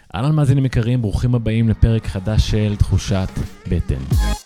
אהלן מאזינים יקרים, ברוכים הבאים לפרק חדש של תחושת בטן.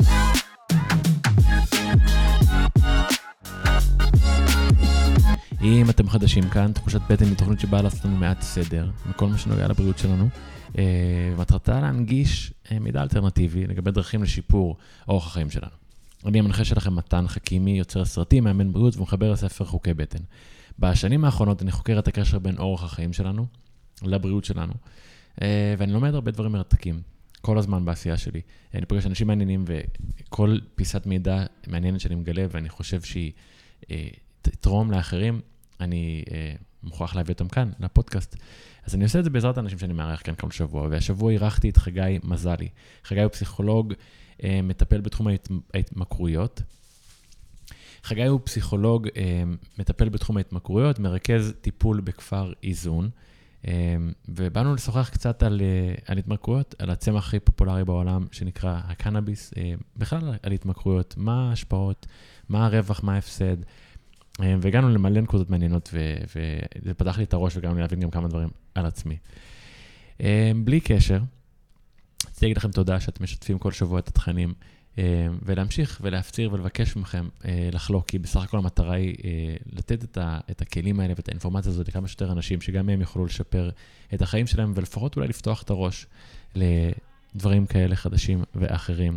אם אתם חדשים כאן, תחושת בטן היא תוכנית שבאה לעשות לנו מעט סדר מכל מה שנוגע לבריאות שלנו, ומטרתה להנגיש מידע אלטרנטיבי לגבי דרכים לשיפור אורח החיים שלנו. אני המנחה שלכם מתן חכימי, יוצר סרטים, מאמן בריאות ומחבר הספר חוקי בטן. בשנים האחרונות אני חוקר את הקשר בין אורח החיים שלנו לבריאות שלנו, ואני לומד הרבה דברים מרתקים, כל הזמן בעשייה שלי. אני פוגש אנשים מעניינים, וכל פיסת מידע מעניינת שאני מגלה, ואני חושב שהיא תתרום לאחרים, אני מוכרח להביא אותם כאן, לפודקאסט. אז אני עושה את זה בעזרת האנשים שאני מארח כאן כל שבוע, והשבוע אירחתי את חגי מזלי. חגי הוא פסיכולוג, מטפל בתחום ההתמכרויות. חגי הוא פסיכולוג, מטפל בתחום ההתמכרויות, מרכז טיפול בכפר איזון, ובאנו לשוחח קצת על התמכרויות, על הצמח הכי פופולרי בעולם שנקרא הקנאביס, בכלל על התמכרויות, מה ההשפעות, מה הרווח, מה ההפסד, והגענו למלא נקודות מעניינות, וזה פתח לי את הראש וגם להבין גם כמה דברים על עצמי. בלי קשר, רציתי להגיד לכם תודה שאתם משתפים כל שבוע את התכנים, ולהמשיך ולהפציר ולבקש מכם לחלוק, כי בסך הכל המטרה היא לתת את הכלים האלה ואת האינפורמציה הזאת לכמה שיותר אנשים, שגם הם יוכלו לשפר את החיים שלהם, ולפחות אולי לפתוח את הראש לדברים כאלה חדשים ואחרים.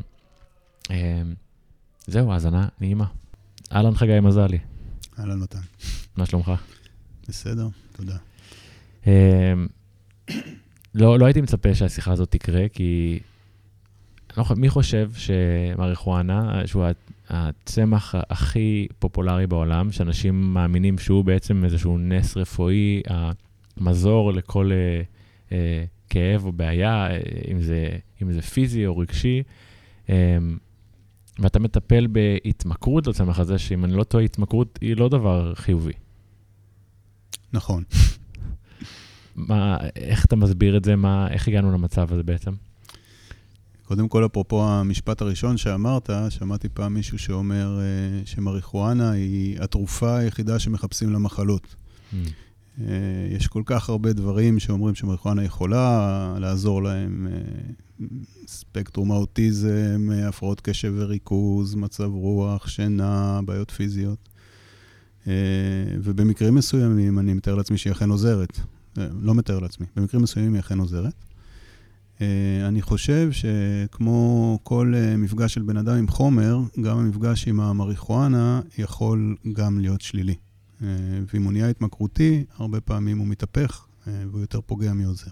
זהו, האזנה נעימה. אהלן חגי מזלי. אהלן מתן. מה שלומך? בסדר, תודה. לא הייתי מצפה שהשיחה הזאת תקרה, כי מי חושב שמריחואנה, שהוא הצמח הכי פופולרי בעולם, שאנשים מאמינים שהוא בעצם איזשהו נס רפואי, המזור לכל כאב או בעיה, אם זה פיזי או רגשי, ואתה מטפל בהתמכרות לצמח הזה, שאם אני לא טועה, התמכרות היא לא דבר חיובי. נכון. איך אתה מסביר את זה? איך הגענו למצב הזה בעצם? קודם כל, אפרופו המשפט הראשון שאמרת, שמעתי פעם מישהו שאומר שמריחואנה היא התרופה היחידה שמחפשים למחלות. יש כל כך הרבה דברים שאומרים שמריחואנה יכולה לעזור להם, ספקטרום האוטיזם, הפרעות קשב וריכוז, מצב רוח, שינה, בעיות פיזיות. ובמקרים מסוימים אני מתאר לעצמי שהיא אכן עוזרת. לא מתאר לעצמי, במקרים מסוימים היא אכן עוזרת. אני חושב שכמו כל מפגש של בן אדם עם חומר, גם המפגש עם המריחואנה יכול גם להיות שלילי. ואם הוא נהיה התמכרותי, הרבה פעמים הוא מתהפך, והוא יותר פוגע מעוזר.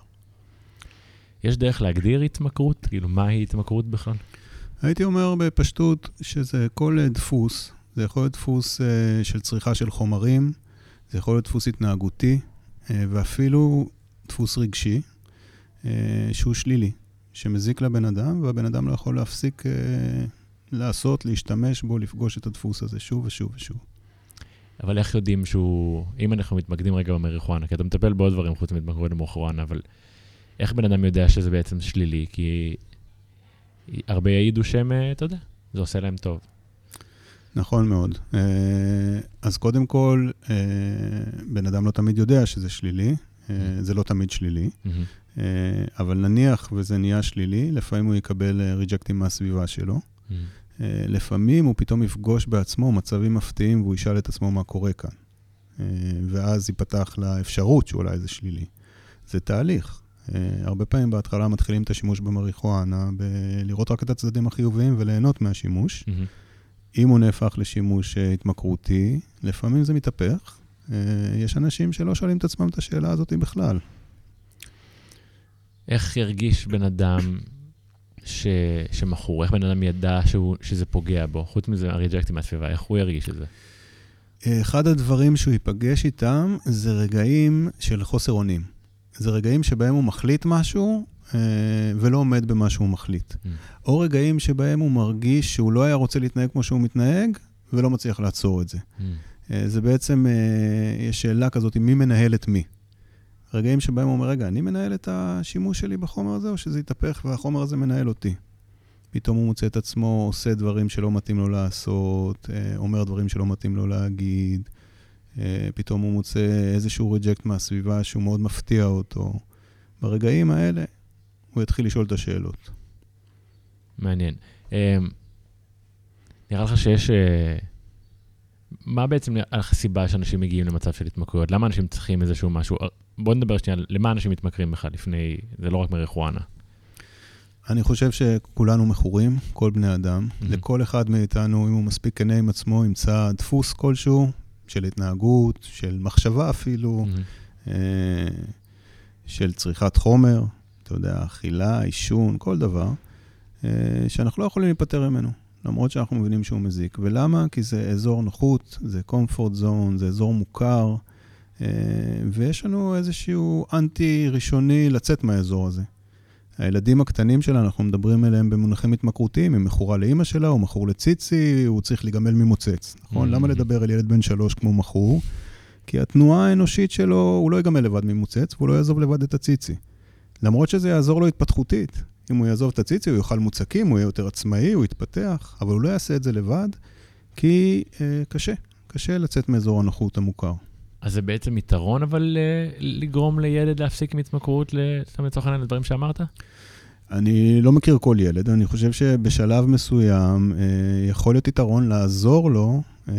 יש דרך להגדיר התמכרות? כאילו, מהי התמכרות בכלל? הייתי אומר בפשטות שזה כל דפוס, זה יכול להיות דפוס של צריכה של חומרים, זה יכול להיות דפוס התנהגותי, ואפילו דפוס רגשי, שהוא שלילי, שמזיק לבן אדם, והבן אדם לא יכול להפסיק לעשות, להשתמש בו, לפגוש את הדפוס הזה שוב ושוב ושוב. אבל איך יודעים שהוא, אם אנחנו מתמקדים רגע במריחואנה, כי אתה מטפל בעוד דברים חוץ מתמכרות למריחואנה, אבל איך בן אדם יודע שזה בעצם שלילי? כי הרבה יעידו שהם, אתה יודע, זה עושה להם טוב. נכון מאוד. אז קודם כל, בן אדם לא תמיד יודע שזה שלילי, זה לא תמיד שלילי, אבל נניח וזה נהיה שלילי, לפעמים הוא יקבל ריג'קטים מהסביבה שלו, לפעמים הוא פתאום יפגוש בעצמו מצבים מפתיעים, והוא ישאל את עצמו מה קורה כאן. ואז ייפתח לאפשרות שאולי זה שלילי. זה תהליך. הרבה פעמים בהתחלה מתחילים את השימוש במריחואנה, לראות רק את הצדדים החיוביים וליהנות מהשימוש. אם הוא נהפך לשימוש התמכרותי, לפעמים זה מתהפך. יש אנשים שלא שואלים את עצמם את השאלה הזאת בכלל. איך ירגיש בן אדם שמכור? איך בן אדם ידע שזה פוגע בו? חוץ מזה, הריג'קטים מהסביבה, איך הוא ירגיש את זה? אחד הדברים שהוא ייפגש איתם זה רגעים של חוסר אונים. זה רגעים שבהם הוא מחליט משהו ולא עומד במה שהוא מחליט. או רגעים שבהם הוא מרגיש שהוא לא היה רוצה להתנהג כמו שהוא מתנהג ולא מצליח לעצור את זה. זה בעצם, יש שאלה כזאת, מי מנהל את מי? רגעים שבהם הוא אומר, רגע, אני מנהל את השימוש שלי בחומר הזה, או שזה יתהפך והחומר הזה מנהל אותי? פתאום הוא מוצא את עצמו, עושה דברים שלא מתאים לו לעשות, אומר דברים שלא מתאים לו להגיד, פתאום הוא מוצא איזשהו ריג'קט מהסביבה שהוא מאוד מפתיע אותו. ברגעים האלה, הוא יתחיל לשאול את השאלות. מעניין. נראה לך שיש... מה בעצם הסיבה שאנשים מגיעים למצב של התמכרויות? למה אנשים צריכים איזשהו משהו? בוא נדבר שנייה, למה אנשים מתמכרים בכלל לפני... זה לא רק מריחואנה. אני חושב שכולנו מכורים, כל בני אדם. לכל אחד מאיתנו, אם הוא מספיק כנה עם עצמו, ימצא דפוס כלשהו של התנהגות, של מחשבה אפילו, של צריכת חומר, אתה יודע, אכילה, עישון, כל דבר, שאנחנו לא יכולים להיפטר ממנו, למרות שאנחנו מבינים שהוא מזיק. ולמה? כי זה אזור נוחות, זה comfort zone, זה אזור מוכר, ויש לנו איזשהו אנטי ראשוני לצאת מהאזור הזה. הילדים הקטנים שלה, אנחנו מדברים אליהם במונחים התמכרותיים, היא מכורה לאמא שלה, הוא מכור לציצי, הוא צריך להיגמל ממוצץ, נכון? למה לדבר על ילד בן 3 כמו מכור? כי התנועה האנושית שלו, הוא לא ייגמל לבד ממוצץ, והוא לא יעזוב לבד את הציצי. למרות שזה יעזור לו התפתחותית. אם הוא יעזוב את הציצי, הוא יאכל מוצקים, הוא יהיה יותר עצמאי, הוא יתפתח, אבל הוא לא יעשה את זה לבד, כי קשה לצאת מאזור הנוחות המוכר. אז זה בעצם יתרון, אבל לגרום לילד להפסיק עם התמכרות, לצורך העניין, לדברים שאמרת? אני לא מכיר כל ילד, אני חושב שבשלב מסוים יכול להיות יתרון לעזור לו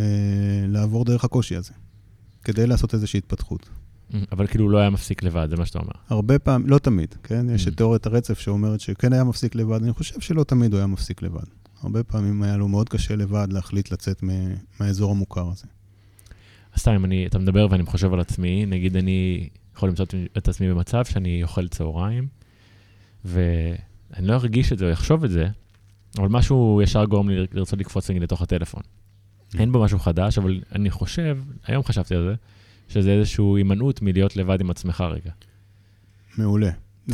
לעבור דרך הקושי הזה, כדי לעשות איזושהי התפתחות. אבל כאילו הוא לא היה מפסיק לבד, זה מה שאתה אומר. הרבה פעמים, לא תמיד, כן? יש את תיאוריית הרצף שאומרת שכן היה מפסיק לבד, אני חושב שלא תמיד הוא היה מפסיק לבד. הרבה פעמים היה לו מאוד קשה לבד להחליט לצאת מהאזור המוכר הזה. אז סתם, אתה מדבר ואני חושב על עצמי, נגיד אני יכול למצוא את עצמי במצב שאני אוכל צהריים, ואני לא ארגיש את זה או יחשוב את זה, אבל משהו ישר גורם לי לרצות לקפוץ לי לתוך הטלפון. אין בו משהו חדש, אבל אני חושב, היום חשבתי על זה, שזה איזשהו הימנעות מלהיות לבד עם עצמך רגע. מעולה.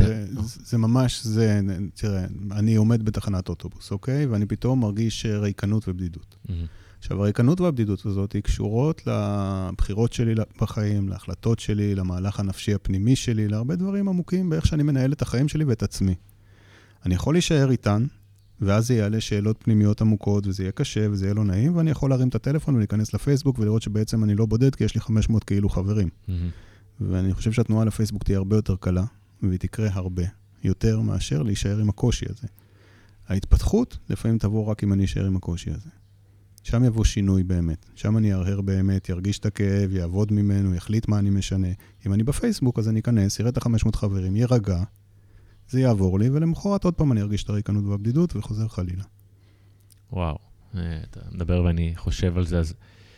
זה ממש, תראה, אני עומד בתחנת אוטובוס, אוקיי? ואני פתאום מרגיש ריקנות ובדידות. עכשיו, הריקנות והבדידות הזאת היא קשורות לבחירות שלי בחיים, להחלטות שלי, למהלך הנפשי הפנימי שלי, להרבה דברים עמוקים באיך שאני מנהל את החיים שלי ואת עצמי. אני יכול להישאר איתן, ואז זה יעלה שאלות פנימיות עמוקות, וזה יהיה קשה, וזה יהיה לא נעים, ואני יכול להרים את הטלפון ולהיכנס לפייסבוק, ולראות שבעצם אני לא בודד, כי יש לי 500 כאילו חברים. ואני חושב שהתנועה לפייסבוק תהיה הרבה יותר קלה, והיא תקרה הרבה יותר מאשר להישאר עם הקושי הזה. ההתפתחות לפעמים תבוא רק אם אני אשאר עם הקושי הזה. שם יבוא שינוי באמת. שם אני ארהר באמת, ירגיש את הכאב, יעבוד ממנו, יחליט מה אני משנה. אם אני בפייסבוק, אז אני אכנס, יראה את 500 חברים, ירגע, זה יעבור לי, ולמחרת עוד פעם אני ארגיש את הריקנות והבדידות, וחוזר חלילה. וואו, אתה מדבר ואני חושב על זה.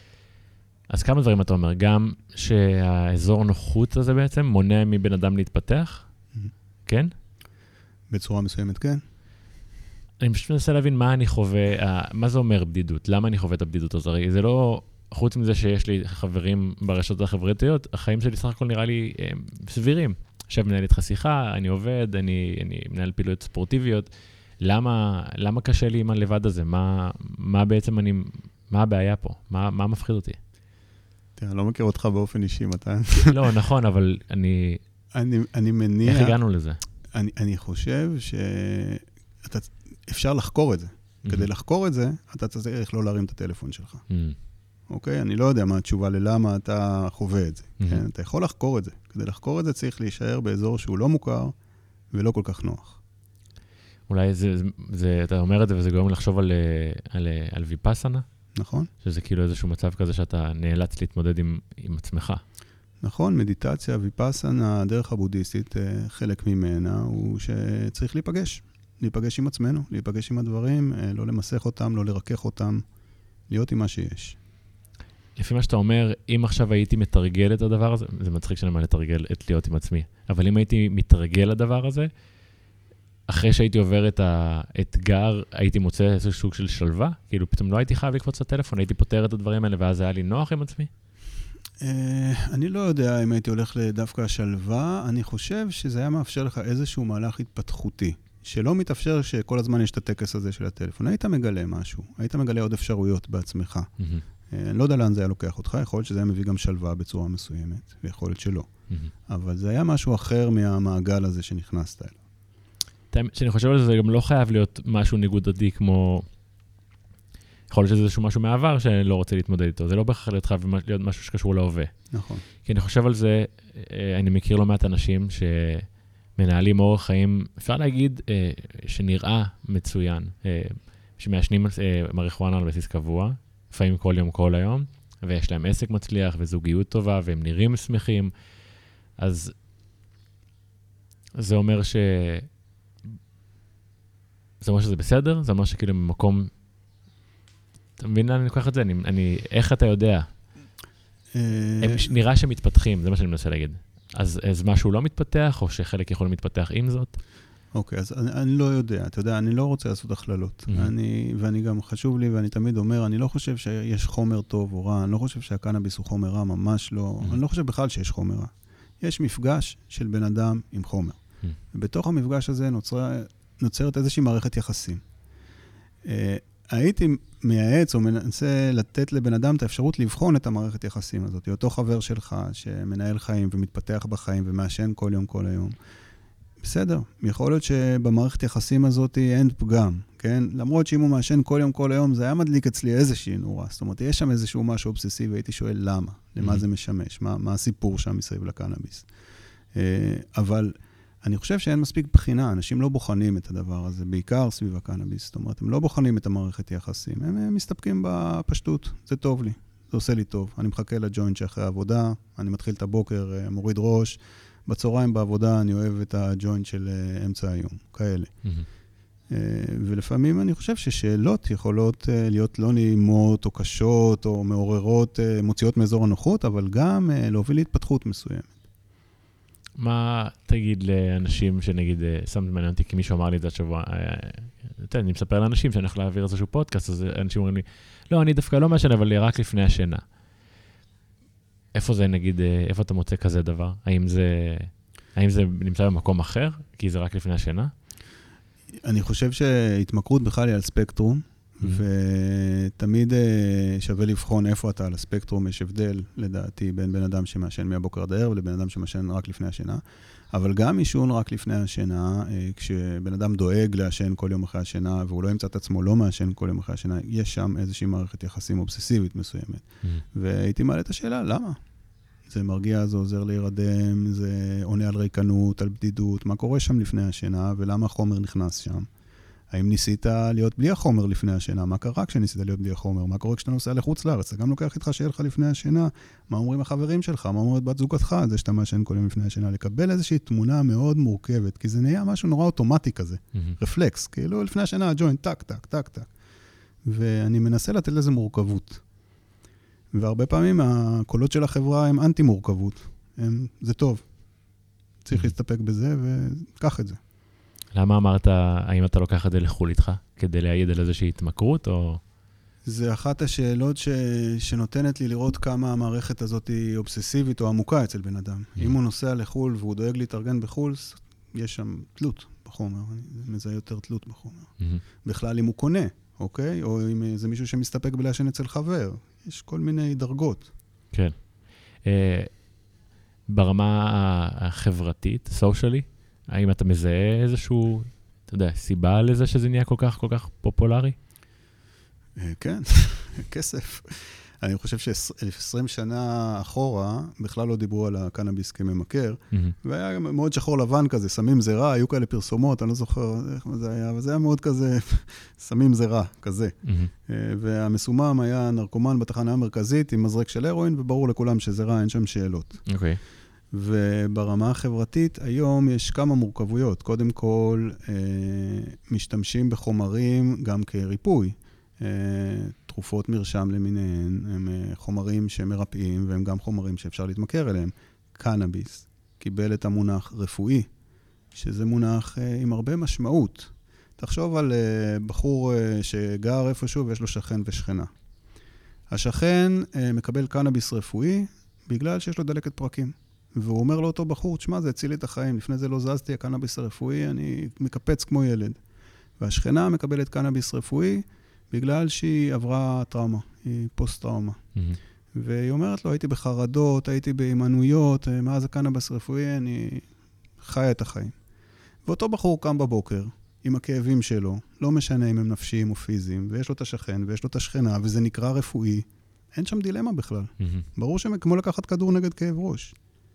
אז כמה דברים אתה אומר? גם שהאזור נוחות הזה בעצם מונע מבן אדם להתפתח? כן? בצורה מסוימת, כן. אני פשוט מנסה להבין מה אני חווה, מה זה אומר בדידות? למה אני חווה את הבדידות הזאת? הרי זה לא, חוץ מזה שיש לי חברים ברשתות החברתיות, החיים שלי סך הכל נראה לי סבירים. עכשיו מנהל איתך שיחה, אני עובד, אני מנהל פעילויות ספורטיביות. למה קשה לי עם הלבד הזה? מה בעצם מה הבעיה פה? מה מפחיד אותי? תראה, אני לא מכיר אותך באופן אישי, מתן. לא, נכון, אבל אני מניח... איך הגענו לזה? אני חושב אפשר לחקור את זה. כדי לחקור את זה, אתה צריך לא להרים את הטלפון שלך. אוקיי? אני לא יודע מה התשובה ללמה אתה חווה את זה. כן? אתה יכול לחקור את זה. כדי לחקור את זה צריך להישאר באזור שהוא לא מוכר ולא כל כך נוח. אולי אתה אומר את זה וזה גורם לחשוב על ויפאסנה? נכון. שזה כאילו איזשהו מצב כזה שאתה נאלץ להתמודד עם עצמך. נכון, מדיטציה, ויפאסנה, הדרך הבודהיסטית, חלק ממנה הוא שצריך להיפגש עם עצמנו, להיפגש עם הדברים, לא למסך אותם, לא לרכך אותם, להיות עם מה שיש. לפי מה שאתה אומר, אם עכשיו הייתי מתרגל את הדבר הזה, זה מצחיק שאני אומר לתרגל את להיות עם עצמי, אבל אם הייתי מתרגל לדבר הזה, אחרי שהייתי עובר את האתגר, הייתי מוצא איזשהו סוג של שלווה, כאילו פתאום לא הייתי חייב לקפוץ לטלפון, הייתי פותר את הדברים האלה, ואז היה לי נוח עם עצמי? אני לא יודע אם הייתי הולך לדווקא השלווה, אני חושב שזה היה מאפשר לך איזשהו מהלך התפתחותי, שלא מתאפשר שכל הזמן יש את הטקס הזה של הטלפון. היית מגלה משהו, היית מגלה עוד אפשרויות בעצמך. אני לא יודע לאן זה היה לוקח אותך, יכול להיות שזה היה מביא גם שלווה בצורה מסוימת, ויכול להיות שלא. אבל זה היה משהו אחר מהמעגל הזה שנכנסת אליו. כשאני חושב על זה, זה גם לא חייב להיות משהו ניגודתי כמו... יכול להיות שזה איזשהו משהו מעבר שאני לא רוצה להתמודד איתו. זה לא בהכרח להיות משהו שקשור להווה. נכון. כי אני חושב על זה, אני מכיר לא מעט אנשים מנהלים אורח חיים, אפשר להגיד שנראה מצוין, שמעשנים מריחואנה על בסיס קבוע, לפעמים כל יום, כל היום, ויש להם עסק מצליח וזוגיות טובה, והם נראים שמחים, אז זה אומר שזה בסדר? זה אומר שכאילו במקום... אתה מבין לאן אני לוקח את זה? איך אתה יודע? נראה שמתפתחים, זה מה שאני מנסה להגיד. אז משהו לא מתפתח, או שחלק יכול להתפתח עם זאת? אוקיי, אז אני לא יודע. אתה יודע, אני לא רוצה לעשות הכללות. ואני גם חשוב לי, ואני תמיד אומר, אני לא חושב שיש חומר טוב או רע, אני לא חושב שהקנאביס הוא חומר רע, ממש לא. אני לא חושב בכלל שיש חומר רע. יש מפגש של בן אדם עם חומר. ובתוך המפגש הזה נוצרת איזושהי מערכת יחסים. הייתי מייעץ או מנסה לתת לבן אדם את האפשרות לבחון את המערכת יחסים הזאת. אותו חבר שלך שמנהל חיים ומתפתח בחיים ומעשן כל יום, כל היום. בסדר, יכול להיות שבמערכת יחסים הזאת אין פגם, כן? למרות שאם הוא מעשן כל יום, כל היום, זה היה מדליק אצלי איזושהי נורה. זאת אומרת, יש שם איזשהו משהו אובססיבי, הייתי שואל למה, למה זה משמש, מה הסיפור שם מסביב לקנאביס. אבל אני חושב שאין מספיק בחינה, אנשים לא בוחנים את הדבר הזה, בעיקר סביב הקנאביס, זאת אומרת, הם לא בוחנים את המערכת יחסים, הם מסתפקים בפשטות, זה טוב לי, זה עושה לי טוב. אני מחכה לג'וינט שאחרי העבודה, אני מתחיל את הבוקר, מוריד ראש, בצהריים בעבודה אני אוהב את הג'וינט של אמצע היום, כאלה. ולפעמים אני חושב ששאלות יכולות להיות לא נעימות או קשות או מעוררות, מוציאות מאזור הנוחות, אבל גם להוביל להתפתחות מסוימת. מה תגיד לאנשים שנגיד, שמת מעניין אותי, כי מישהו אמר לי את זה השבוע, אני מספר לאנשים שאני הולך להעביר איזשהו פודקאסט, אז אנשים אומרים לי, לא, אני דווקא לא מעשן, אבל רק לפני השינה. איפה זה, נגיד, איפה אתה מוצא כזה דבר? האם זה נמצא במקום אחר? כי זה רק לפני השינה? אני חושב שהתמכרות בכלל היא על ספקטרום, ותמיד שווה לבחון איפה אתה על הספקטרום. יש הבדל, לדעתי, בין בן אדם שמעשן מהבוקר עד הערב, ולבן אדם שמעשן רק לפני השינה. אבל גם עישון רק לפני השינה, כשבן אדם דואג לעשן כל יום אחרי השינה, והוא לא ימצא את עצמו לא מעשן כל יום אחרי השינה, יש שם איזושהי מערכת יחסים אובססיבית מסוימת. והייתי מעלה את השאלה, למה? זה מרגיע, זה עוזר להירדם, זה עונה על ריקנות, על בדידות, מה קורה שם לפני השינה, ולמה החומר נכנס שם? האם ניסית להיות בלי החומר לפני השינה? מה קרה כשניסית להיות בלי החומר? מה קורה כשאתה נוסע לחוץ לארץ? אתה גם לוקח איתך שיהיה לך לפני השינה. מה אומרים החברים שלך? מה אומרת בת זוגתך? זה שאתה מעשן כל יום לפני השינה. לקבל איזושהי תמונה מאוד מורכבת, כי זה נהיה משהו נורא אוטומטי כזה. רפלקס. כאילו לפני השינה הג'וינט, טק, טק, טק, טק. ואני מנסה לתת לזה מורכבות. והרבה פעמים הקולות של החברה הם אנטי מורכבות. זה טוב. צריך להסתפק בזה וקח את זה. למה אמרת, האם אתה לוקח את זה לחול איתך, כדי להעיד על איזושהי התמכרות, או... זה אחת השאלות שנותנת לי לראות כמה המערכת הזאת היא אובססיבית או עמוקה אצל בן אדם. אם הוא נוסע לחול והוא דואג להתארגן בחול, יש שם תלות בחומר. אני מזהה יותר תלות בחומר. בכלל אם הוא קונה, אוקיי? או אם זה מישהו שמסתפק בלעשן אצל חבר. יש כל מיני דרגות. כן. ברמה החברתית, סושיאלי, האם אתה מזהה איזשהו, אתה יודע, סיבה לזה שזה נהיה כל כך פופולרי? כן, כסף. אני חושב ש20 שנה אחורה בכלל לא דיברו על הקנאביס כממכר, והיה מאוד שחור לבן כזה, סמים זה רע, היו כאלה פרסומות, אני לא זוכר איך זה היה, אבל זה היה מאוד כזה, סמים זה רע, כזה. והמסומם היה נרקומן בתחנה המרכזית עם מזרק של הרואין, וברור לכולם שזה רע, אין שם שאלות. אוקיי. וברמה החברתית, היום יש כמה מורכבויות. קודם כל, משתמשים בחומרים גם כריפוי. תרופות מרשם למיניהן, הם חומרים שמרפאים, והם גם חומרים שאפשר להתמכר אליהם. קנאביס קיבל את המונח רפואי, שזה מונח עם הרבה משמעות. תחשוב על בחור שגר איפשהו ויש לו שכן ושכנה. השכן מקבל קנאביס רפואי בגלל שיש לו דלקת פרקים. והוא אומר לאותו בחור, תשמע, זה הציל לי את החיים, לפני זה לא זזתי, הקנאביס הרפואי, אני מקפץ כמו ילד. והשכנה מקבלת קנאביס רפואי בגלל שהיא עברה טראומה, היא פוסט-טראומה. והיא אומרת לו, הייתי בחרדות, הייתי באימנויות, מאז הקנאביס רפואי, אני חי את החיים. ואותו בחור קם בבוקר עם הכאבים שלו, לא משנה אם הם נפשיים או פיזיים, ויש לו את השכן ויש לו את השכנה, וזה נקרא רפואי, אין שם דילמה בכלל. ברור שהם כמו לקחת כדור נגד כאב ראש.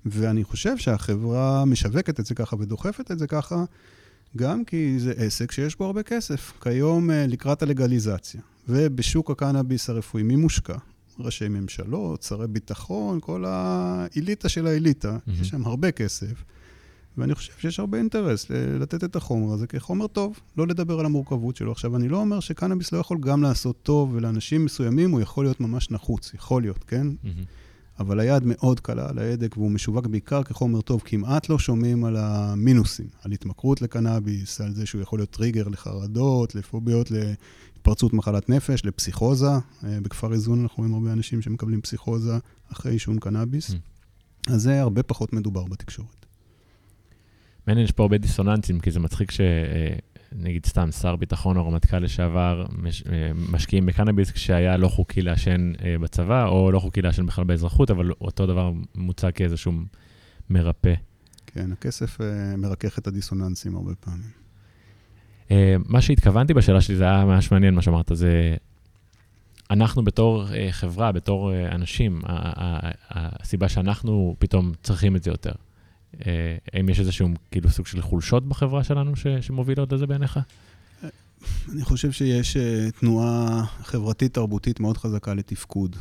ואני חושב שהחברה משווקת את זה ככה ודוחפת את זה ככה, גם כי זה עסק שיש בו הרבה כסף. כיום לקראת הלגליזציה, ובשוק הקנאביס הרפואי, מי מושקע? ראשי ממשלות, שרי ביטחון, כל האליטה של האליטה, יש שם הרבה כסף. ואני חושב שיש הרבה אינטרס לתת את החומר הזה כחומר טוב, לא לדבר על המורכבות שלו. עכשיו, אני לא אומר שקנאביס לא יכול גם לעשות טוב, ולאנשים מסוימים הוא יכול להיות ממש נחוץ, יכול להיות, כן? אבל היד מאוד קלה על ההדק, והוא משווק בעיקר כחומר טוב, כמעט לא שומעים על המינוסים, על התמכרות לקנאביס, על זה שהוא יכול להיות טריגר לחרדות, לפוביות, להתפרצות מחלת נפש, לפסיכוזה. בכפר איזון אנחנו רואים הרבה אנשים שמקבלים פסיכוזה אחרי עישון קנאביס. אז זה הרבה פחות מדובר בתקשורת. מעניין, יש פה הרבה דיסוננסים, כי זה מצחיק נגיד סתם שר ביטחון או רמטכ"ל לשעבר משקיעים בקנאביס כשהיה לא חוקי לעשן בצבא, או לא חוקי לעשן בכלל באזרחות, אבל אותו דבר מוצג כאיזשהו מרפא. כן, הכסף מרכך את הדיסוננסים הרבה פעמים. מה שהתכוונתי בשאלה שלי, זה היה ממש מעניין מה שאמרת, זה אנחנו בתור חברה, בתור אנשים, הסיבה שאנחנו פתאום צריכים את זה יותר. האם יש איזשהו כאילו סוג של חולשות בחברה שלנו שמובילות לזה בעיניך? אני חושב שיש תנועה חברתית תרבותית מאוד חזקה לתפקוד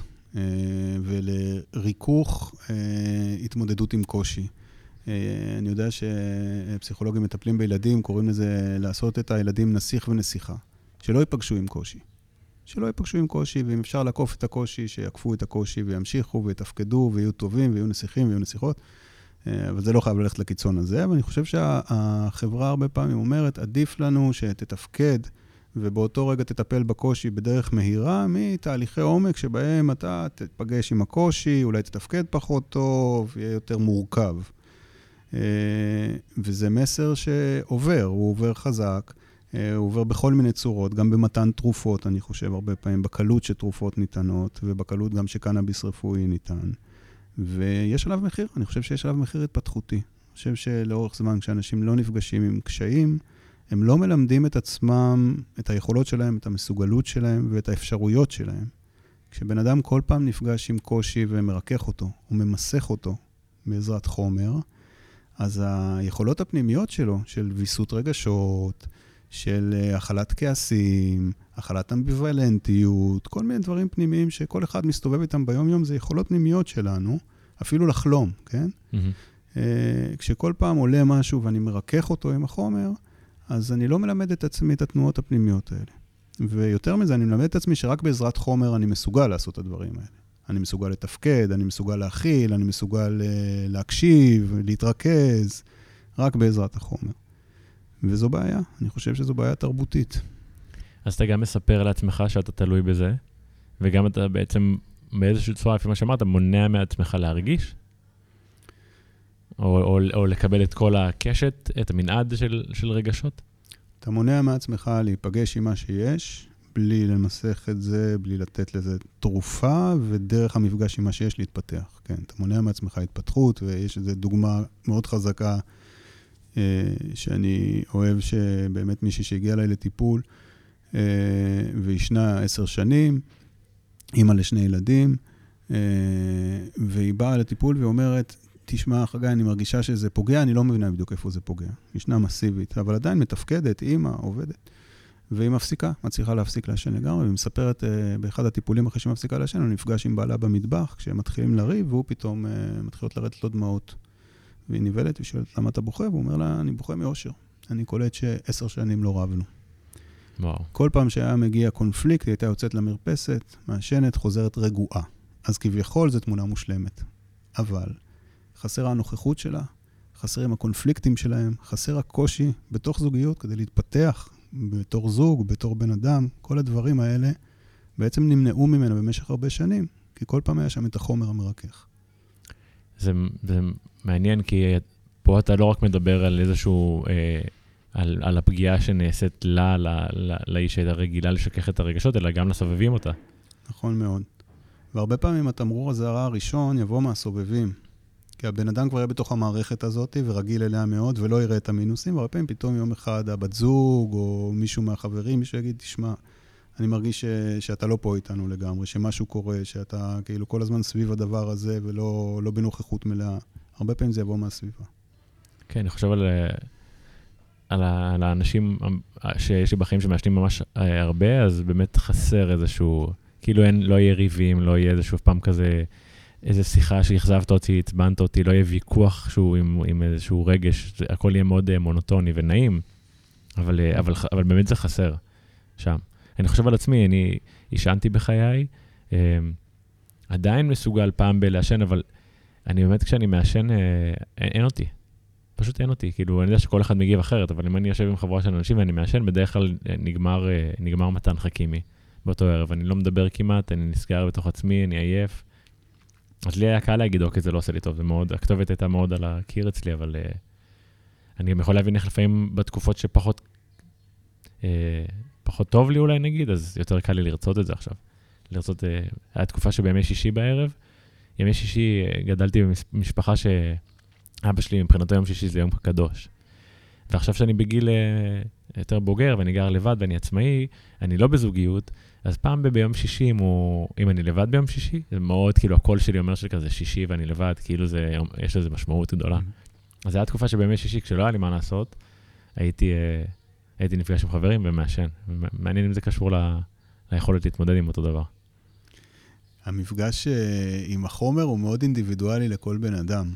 ולריכוך התמודדות עם קושי. אני יודע שפסיכולוגים מטפלים בילדים, קוראים לזה לעשות את הילדים נסיך ונסיכה, שלא ייפגשו עם קושי. שלא ייפגשו עם קושי, ואם אפשר לעקוף את הקושי, שיקפו את הקושי וימשיכו ויתפקדו ויהיו טובים ויהיו נסיכים ויהיו נסיכות. אבל זה לא חייב ללכת לקיצון הזה, אבל אני חושב שהחברה הרבה פעמים אומרת, עדיף לנו שתתפקד, ובאותו רגע תטפל בקושי בדרך מהירה, מתהליכי עומק שבהם אתה תפגש עם הקושי, אולי תתפקד פחות טוב, יהיה יותר מורכב. וזה מסר שעובר, הוא עובר חזק, הוא עובר בכל מיני צורות, גם במתן תרופות, אני חושב, הרבה פעמים, בקלות שתרופות ניתנות, ובקלות גם שקנאביס רפואי ניתן. ויש עליו מחיר, אני חושב שיש עליו מחיר התפתחותי. אני חושב שלאורך זמן, כשאנשים לא נפגשים עם קשיים, הם לא מלמדים את עצמם, את היכולות שלהם, את המסוגלות שלהם ואת האפשרויות שלהם. כשבן אדם כל פעם נפגש עם קושי ומרכך אותו, הוא ממסך אותו בעזרת חומר, אז היכולות הפנימיות שלו, של ויסות רגשות, של הכלת כעסים, הכלת אמביוולנטיות, כל מיני דברים פנימיים שכל אחד מסתובב איתם ביום-יום, זה יכולות פנימיות שלנו, אפילו לחלום, כן? כשכל פעם עולה משהו ואני מרכך אותו עם החומר, אז אני לא מלמד את עצמי את התנועות הפנימיות האלה. ויותר מזה, אני מלמד את עצמי שרק בעזרת חומר אני מסוגל לעשות את הדברים האלה. אני מסוגל לתפקד, אני מסוגל להכיל, אני מסוגל להקשיב, להתרכז, רק בעזרת החומר. וזו בעיה, אני חושב שזו בעיה תרבותית. אז אתה גם מספר לעצמך שאתה תלוי בזה, וגם אתה בעצם באיזושהי צורה, לפי מה שאמרת, מונע מעצמך להרגיש? או לקבל את כל הקשת, את המנעד של רגשות? אתה מונע מעצמך להיפגש עם מה שיש, בלי למסך את זה, בלי לתת לזה תרופה, ודרך המפגש עם מה שיש להתפתח. כן, אתה מונע מעצמך התפתחות, ויש איזו דוגמה מאוד חזקה, שאני אוהב שבאמת מישהי שהגיע אליי לטיפול, וישנה 10 שנים, אמא לשני ילדים, והיא באה לטיפול ואומרת, תשמע, חגי, אני מרגישה שזה פוגע, אני לא מבינה בדיוק איפה זה פוגע. ישנה מסיבית, אבל עדיין מתפקדת, אמא עובדת, והיא מפסיקה, מצליחה להפסיק לעשן לגמרי, והיא מספרת באחד הטיפולים אחרי שהיא מפסיקה לעשן, הוא נפגש עם בעלה במטבח, כשהם מתחילים לריב, והוא פתאום מתחילות לרדת לו דמעות. והיא ניבלת ושואלת למה אתה בוכה, והוא אומר לה, אני בוכה מאושר. אני קולט ש10 שנים לא רבנו. וואו. כל פעם שהיה מגיע קונפליקט, היא הייתה יוצאת למרפסת, מעשנת, חוזרת רגועה. אז כביכול זו תמונה מושלמת. אבל חסר הנוכחות שלה, חסרים הקונפליקטים שלהם, חסר הקושי בתוך זוגיות כדי להתפתח בתור זוג, בתור בן אדם. כל הדברים האלה בעצם נמנעו ממנה במשך הרבה שנים, כי כל פעם היה שם את החומר המרכך. זה מעניין, כי פה אתה לא רק מדבר על איזשהו, על הפגיעה שנעשית לאיש הרגילה לשכך את הרגשות, אלא גם לסובבים אותה. נכון מאוד. והרבה פעמים התמרור הזהרה הראשון יבוא מהסובבים. כי הבן אדם כבר יהיה בתוך המערכת הזאת ורגיל אליה מאוד ולא יראה את המינוסים, והרבה פעמים פתאום יום אחד הבת זוג או מישהו מהחברים, מישהו יגיד, תשמע, אני מרגיש שאתה לא פה איתנו לגמרי, שמשהו קורה, שאתה כאילו כל הזמן סביב הדבר הזה ולא בנוכחות מלאה. הרבה פעמים זה יבוא מהסביבה. כן, אני חושב על האנשים שיש לי בחיים שמעשנים ממש הרבה, אז באמת חסר איזשהו, כאילו לא יהיה ריבים, לא יהיה איזשהו פעם כזה, איזו שיחה שהחזבת אותי, הצבנת אותי, לא יהיה ויכוח שהוא עם איזשהו רגש, הכל יהיה מאוד מונוטוני ונעים, אבל באמת זה חסר שם. אני חושב על עצמי, אני ישנתי בחיי, עדיין מסוגל פעם בלעשן, אבל אני באמת כשאני מעשן, אין אותי. פשוט אין אותי. כאילו, אני יודע שכל אחד מגיב אחרת, אבל אם אני יושב עם חבורה של אנשים ואני מעשן, בדרך כלל נגמר מתן חכימי באותו ערב. אני לא מדבר כמעט, אני נסגר בתוך עצמי, אני עייף. אז לי היה קל להגיד, אוקיי, זה לא עושה לי טוב, זה מאוד, הכתובת הייתה מאוד על הקיר אצלי, אבל אני גם יכול להבין איך לפעמים בתקופות שפחות טוב לי אולי נגיד, אז יותר קל לי לרצות את זה עכשיו. לרצות, היה תקופה שבימי שישי בערב, ימי שישי גדלתי במשפחה שאבא שלי מבחינתו יום שישי זה יום קדוש. ועכשיו שאני בגיל יותר בוגר ואני גר לבד ואני עצמאי, אני לא בזוגיות, אז פעם ביום שישי, אם אני לבד ביום שישי, זה מאוד, כאילו הקול שלי אומר שכזה שישי ואני לבד, כאילו יש לזה משמעות גדולה. אז זו הייתה תקופה שבימי שישי, כשלא היה לי מה לעשות, הייתי נפגש עם חברים ומעשן. מעניין אם זה קשור ליכולת להתמודד עם אותו דבר. המפגש עם החומר הוא מאוד אינדיבידואלי לכל בן אדם,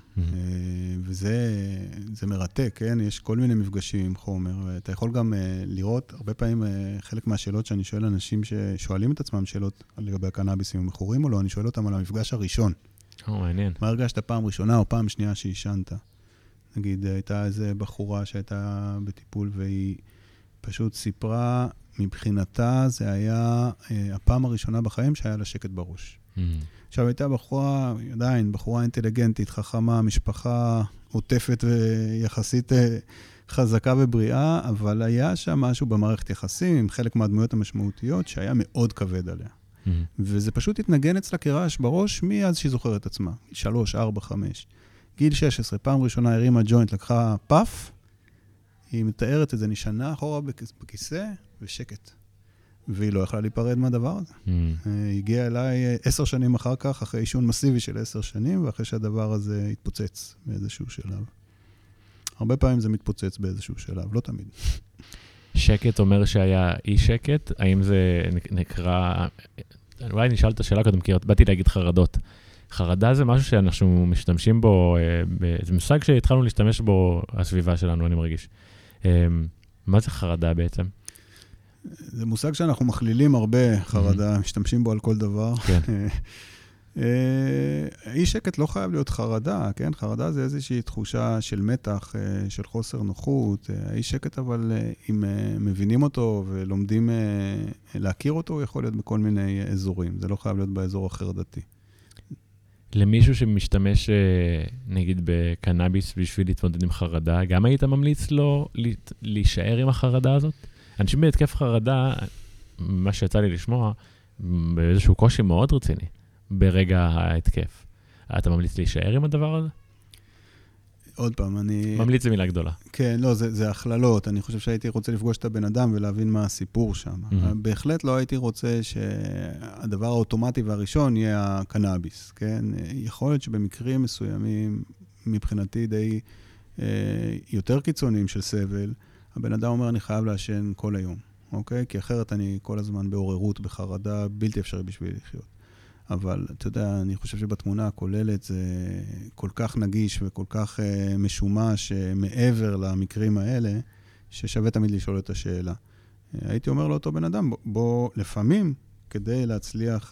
וזה מרתק, כן? יש כל מיני מפגשים עם חומר, ואתה יכול גם לראות, הרבה פעמים חלק מהשאלות שאני שואל אנשים ששואלים את עצמם שאלות לגבי הקנאביס, אם הם מכורים או לא, אני שואל אותם על המפגש הראשון. מעניין. מה הרגשת פעם ראשונה או פעם שנייה שהישנת? נגיד, הייתה איזו בחורה שהייתה בטיפול, והיא פשוט סיפרה, מבחינתה זה היה הפעם הראשונה בחיים שהיה לה שקט בראש. עכשיו הייתה בחורה, עדיין, בחורה אינטליגנטית, חכמה, משפחה עוטפת ויחסית חזקה ובריאה, אבל היה שם משהו במערכת יחסים, עם חלק מהדמויות המשמעותיות, שהיה מאוד כבד עליה. וזה פשוט התנגן אצלה כרעש בראש, מאז שהיא זוכרת עצמה. 3, 4, 5. גיל 16, פעם ראשונה הרימה ג'וינט, לקחה פף, היא מתארת את זה, נשענה אחורה בכיסא ושקט. והיא לא יכלה להיפרד מהדבר הזה. היא הגיעה אליי 10 שנים אחר כך, אחרי עישון מסיבי של 10 שנים, ואחרי שהדבר הזה התפוצץ באיזשהו שלב. הרבה פעמים זה מתפוצץ באיזשהו שלב, לא תמיד. שקט אומר שהיה אי שקט, האם זה נקרא, אולי נשאל את השאלה קודם, כי באתי להגיד חרדות. חרדה זה משהו שאנחנו משתמשים בו, זה מושג שהתחלנו להשתמש בו הסביבה שלנו, אני מרגיש. מה זה חרדה בעצם? זה מושג שאנחנו מכלילים הרבה חרדה, משתמשים בו על כל דבר. כן. אי שקט לא חייב להיות חרדה, כן? חרדה זה איזושהי תחושה של מתח, של חוסר נוחות. אי שקט, אבל אם מבינים אותו ולומדים להכיר אותו, הוא יכול להיות בכל מיני אזורים. זה לא חייב להיות באזור החרדתי. למישהו שמשתמש, נגיד, בקנאביס בשביל להתמודד עם חרדה, גם היית ממליץ לו להישאר עם החרדה הזאת? אנשים בהתקף חרדה, מה שיצא לי לשמוע, באיזשהו קושי מאוד רציני, ברגע ההתקף. אתה ממליץ להישאר עם הדבר הזה? עוד פעם, אני... ממליץ זה מילה גדולה. כן, לא, זה הכללות. אני חושב שהייתי רוצה לפגוש את הבן אדם ולהבין מה הסיפור שם. בהחלט לא הייתי רוצה שהדבר האוטומטי והראשון יהיה הקנאביס, כן? יכול להיות שבמקרים מסוימים, מבחינתי די יותר קיצוניים של סבל, הבן אדם אומר, אני חייב לעשן כל היום, אוקיי? כי אחרת אני כל הזמן בעוררות, בחרדה, בלתי אפשרי בשביל לחיות. אבל, אתה יודע, אני חושב שבתמונה הכוללת זה כל כך נגיש וכל כך משומש מעבר למקרים האלה, ששווה תמיד לשאול את השאלה. הייתי אומר לאותו בן אדם, בוא לפעמים, כדי להצליח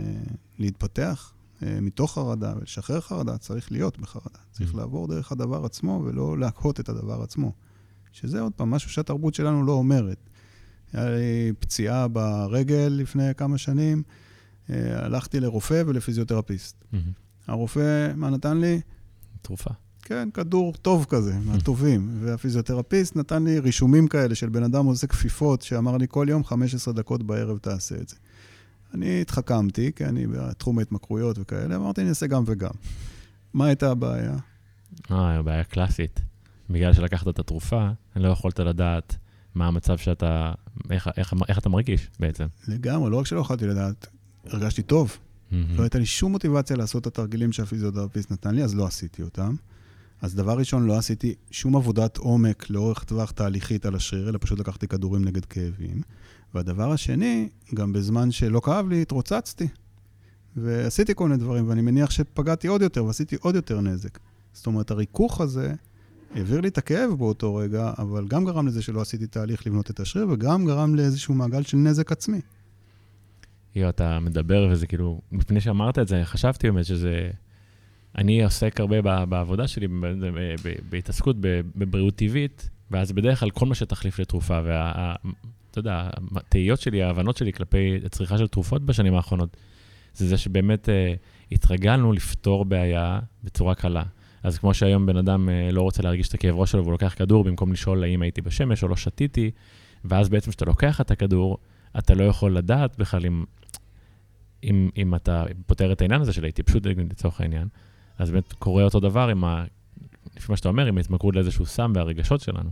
להתפתח מתוך חרדה ולשחרר חרדה, צריך להיות בחרדה. צריך לעבור דרך הדבר עצמו ולא להקהות את הדבר עצמו. שזה עוד פעם משהו שהתרבות שלנו לא אומרת. היה לי פציעה ברגל לפני כמה שנים, הלכתי לרופא ולפיזיותרפיסט. הרופא, מה נתן לי? תרופה. כן, כדור טוב כזה, מהטובים. והפיזיותרפיסט נתן לי רישומים כאלה של בן אדם עושה כפיפות, שאמר לי כל יום 15 דקות בערב תעשה את זה. אני התחכמתי, כי אני בתחום ההתמכרויות וכאלה, אמרתי, אני אעשה גם וגם. מה הייתה הבעיה? הבעיה קלאסית. בגלל שלקחת את התרופה, אני לא יכולת לדעת מה המצב שאתה, איך אתה מרגיש בעצם. לגמרי, לא רק שלא יכולתי לדעת, הרגשתי טוב. לא הייתה לי שום מוטיבציה לעשות את התרגילים שהפיזיותרפיסט נתן לי, אז לא עשיתי אותם. אז דבר ראשון, לא עשיתי שום עבודת עומק לאורך טווח תהליכית על השריר, אלא פשוט לקחתי כדורים נגד כאבים. והדבר השני, גם בזמן שלא כאב לי, התרוצצתי. ועשיתי כל מיני דברים, ואני מניח שפגעתי עוד יותר, ועשיתי עוד יותר נזק. זאת אומרת, הריכוך הזה העביר לי את הכאב באותו רגע, אבל גם גרם לזה שלא עשיתי תהליך לבנות את השריר, וגם גרם לאיזשהו מעגל של נזק עצמי. אתה מדבר, וזה כאילו, לפני שאמרת את זה, חשבתי באמת שזה... אני עוסק הרבה בעבודה שלי, בהתעסקות בבריאות טבעית, ואז בדרך כלל כל מה שתחליף לתרופה, אתה יודע, התהיות שלי, ההבנות שלי כלפי הצריכה של תרופות בשנים האחרונות, זה שבאמת התרגלנו לפתור בעיה בצורה קלה. אז כמו שהיום בן אדם לא רוצה להרגיש את הכאב ראש שלו, והוא לוקח כדור במקום לשאול האם הייתי בשמש או לא שתיתי, ואז בעצם כשאתה לוקח את הכדור, אתה לא יכול לדעת בכלל אם אתה פותר את העניין הזה של ההתייבשות לצורך העניין, אז באמת קורה אותו דבר לפי מה שאתה אומר, עם ההתמכרות לאיזשהו סם והרגשות שלנו.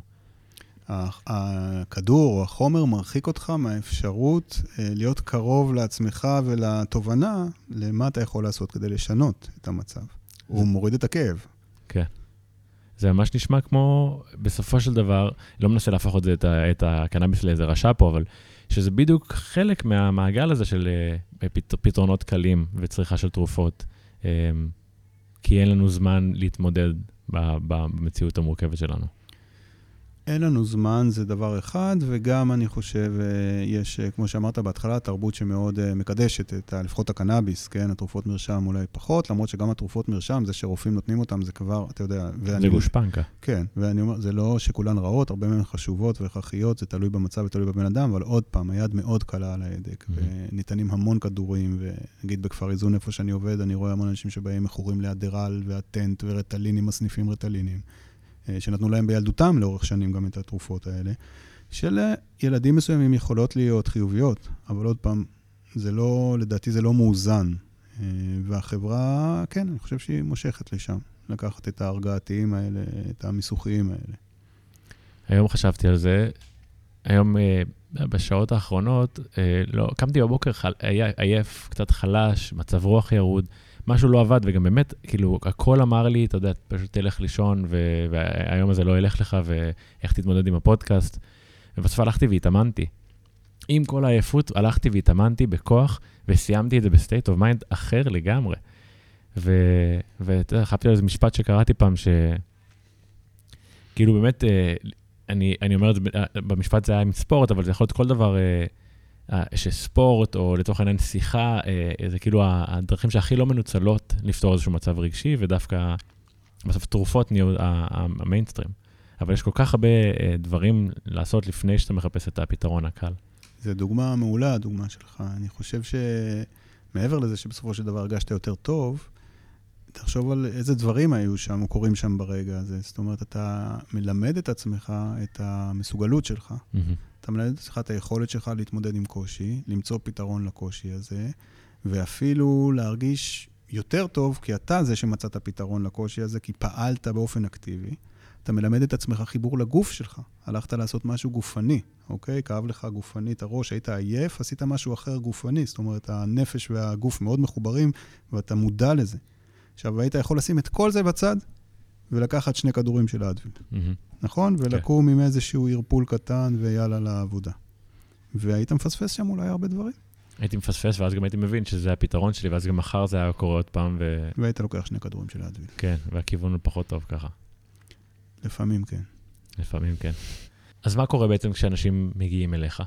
הכדור או החומר מרחיק אותך מהאפשרות להיות קרוב לעצמך ולתובנה למה אתה יכול לעשות כדי לשנות את המצב. הוא מוריד את הכאב. כן. זה ממש נשמע כמו, בסופו של דבר, לא מנסה להפוך את הקנאביס לאיזה רשע פה, אבל שזה בדיוק חלק מהמעגל הזה של פתרונות קלים וצריכה של תרופות, כי אין לנו זמן להתמודד במציאות המורכבת שלנו. אין לנו זמן, זה דבר אחד, וגם אני חושב, יש, כמו שאמרת בהתחלה, תרבות שמאוד מקדשת את לפחות הקנאביס, כן? התרופות מרשם אולי פחות, למרות שגם התרופות מרשם, זה שרופאים נותנים אותם, זה כבר, אתה יודע... זה גושפנקה. כן, ואני אומר, זה לא שכולן רעות, הרבה מהן חשובות והכרחיות, זה תלוי במצב ותלוי בבן אדם, אבל עוד פעם, היד מאוד קלה על ההדק, וניתנים המון כדורים, ונגיד בכפר איזון איפה שאני עובד, אני רואה המון אנשים שבאים מכורים לאדרל והטנט ורטלינים, מסניפים רטלינים. שנתנו להם בילדותם לאורך שנים גם את התרופות האלה, שלילדים מסוימים יכולות להיות חיוביות, אבל עוד פעם, זה לא, לדעתי זה לא מאוזן. והחברה, כן, אני חושב שהיא מושכת לשם, לקחת את ההרגעתיים האלה, את המיסוכיים האלה. היום חשבתי על זה, היום בשעות האחרונות, לא, קמתי בבוקר עייף, קצת חלש, מצב רוח ירוד, משהו לא עבד, וגם באמת, כאילו, הכל אמר לי, אתה יודע, פשוט תלך לישון, והיום הזה לא ילך לך, ואיך תתמודד עם הפודקאסט. ובסוף הלכתי והתאמנתי. עם כל העייפות, הלכתי והתאמנתי בכוח, וסיימתי את זה בסטייט אוף מיינד אחר לגמרי. ואתה יודע, חפתי על איזה משפט שקראתי פעם, כאילו באמת, אני אומר את זה, במשפט זה היה עם ספורט, אבל זה יכול להיות כל דבר... שספורט, או לתוך העניין שיחה, זה כאילו הדרכים שהכי לא מנוצלות לפתור איזשהו מצב רגשי, ודווקא בסוף תרופות נהיו המיינסטרים. אבל יש כל כך הרבה דברים לעשות לפני שאתה מחפש את הפתרון הקל. זו דוגמה מעולה, הדוגמה שלך. אני חושב שמעבר לזה שבסופו של דבר הרגשת יותר טוב, תחשוב על איזה דברים היו שם, או קורים שם ברגע הזה. זאת אומרת, אתה מלמד את עצמך את המסוגלות שלך. אתה מלמד את עצמך את היכולת שלך להתמודד עם קושי, למצוא פתרון לקושי הזה, ואפילו להרגיש יותר טוב, כי אתה זה שמצאת פתרון לקושי הזה, כי פעלת באופן אקטיבי. אתה מלמד את עצמך חיבור לגוף שלך. הלכת לעשות משהו גופני, אוקיי? כאב לך גופנית הראש, היית עייף, עשית משהו אחר גופני. זאת אומרת, הנפש והגוף מאוד מחוברים, ואתה מודע לזה. עכשיו, היית יכול לשים את כל זה בצד, ולקחת 2 כדורים של האדוויל. נכון? ולקום עם איזשהו ערפול קטן, ויאללה לעבודה. והיית מפספס שם אולי הרבה דברים. הייתי מפספס, ואז גם הייתי מבין שזה הפתרון שלי, ואז גם מחר זה היה קורה עוד פעם. והיית לוקח 2 כדורים של האדוויל. כן, והכיוון הוא פחות טוב ככה. לפעמים כן. לפעמים כן. אז מה קורה בעצם כשאנשים מגיעים אליך?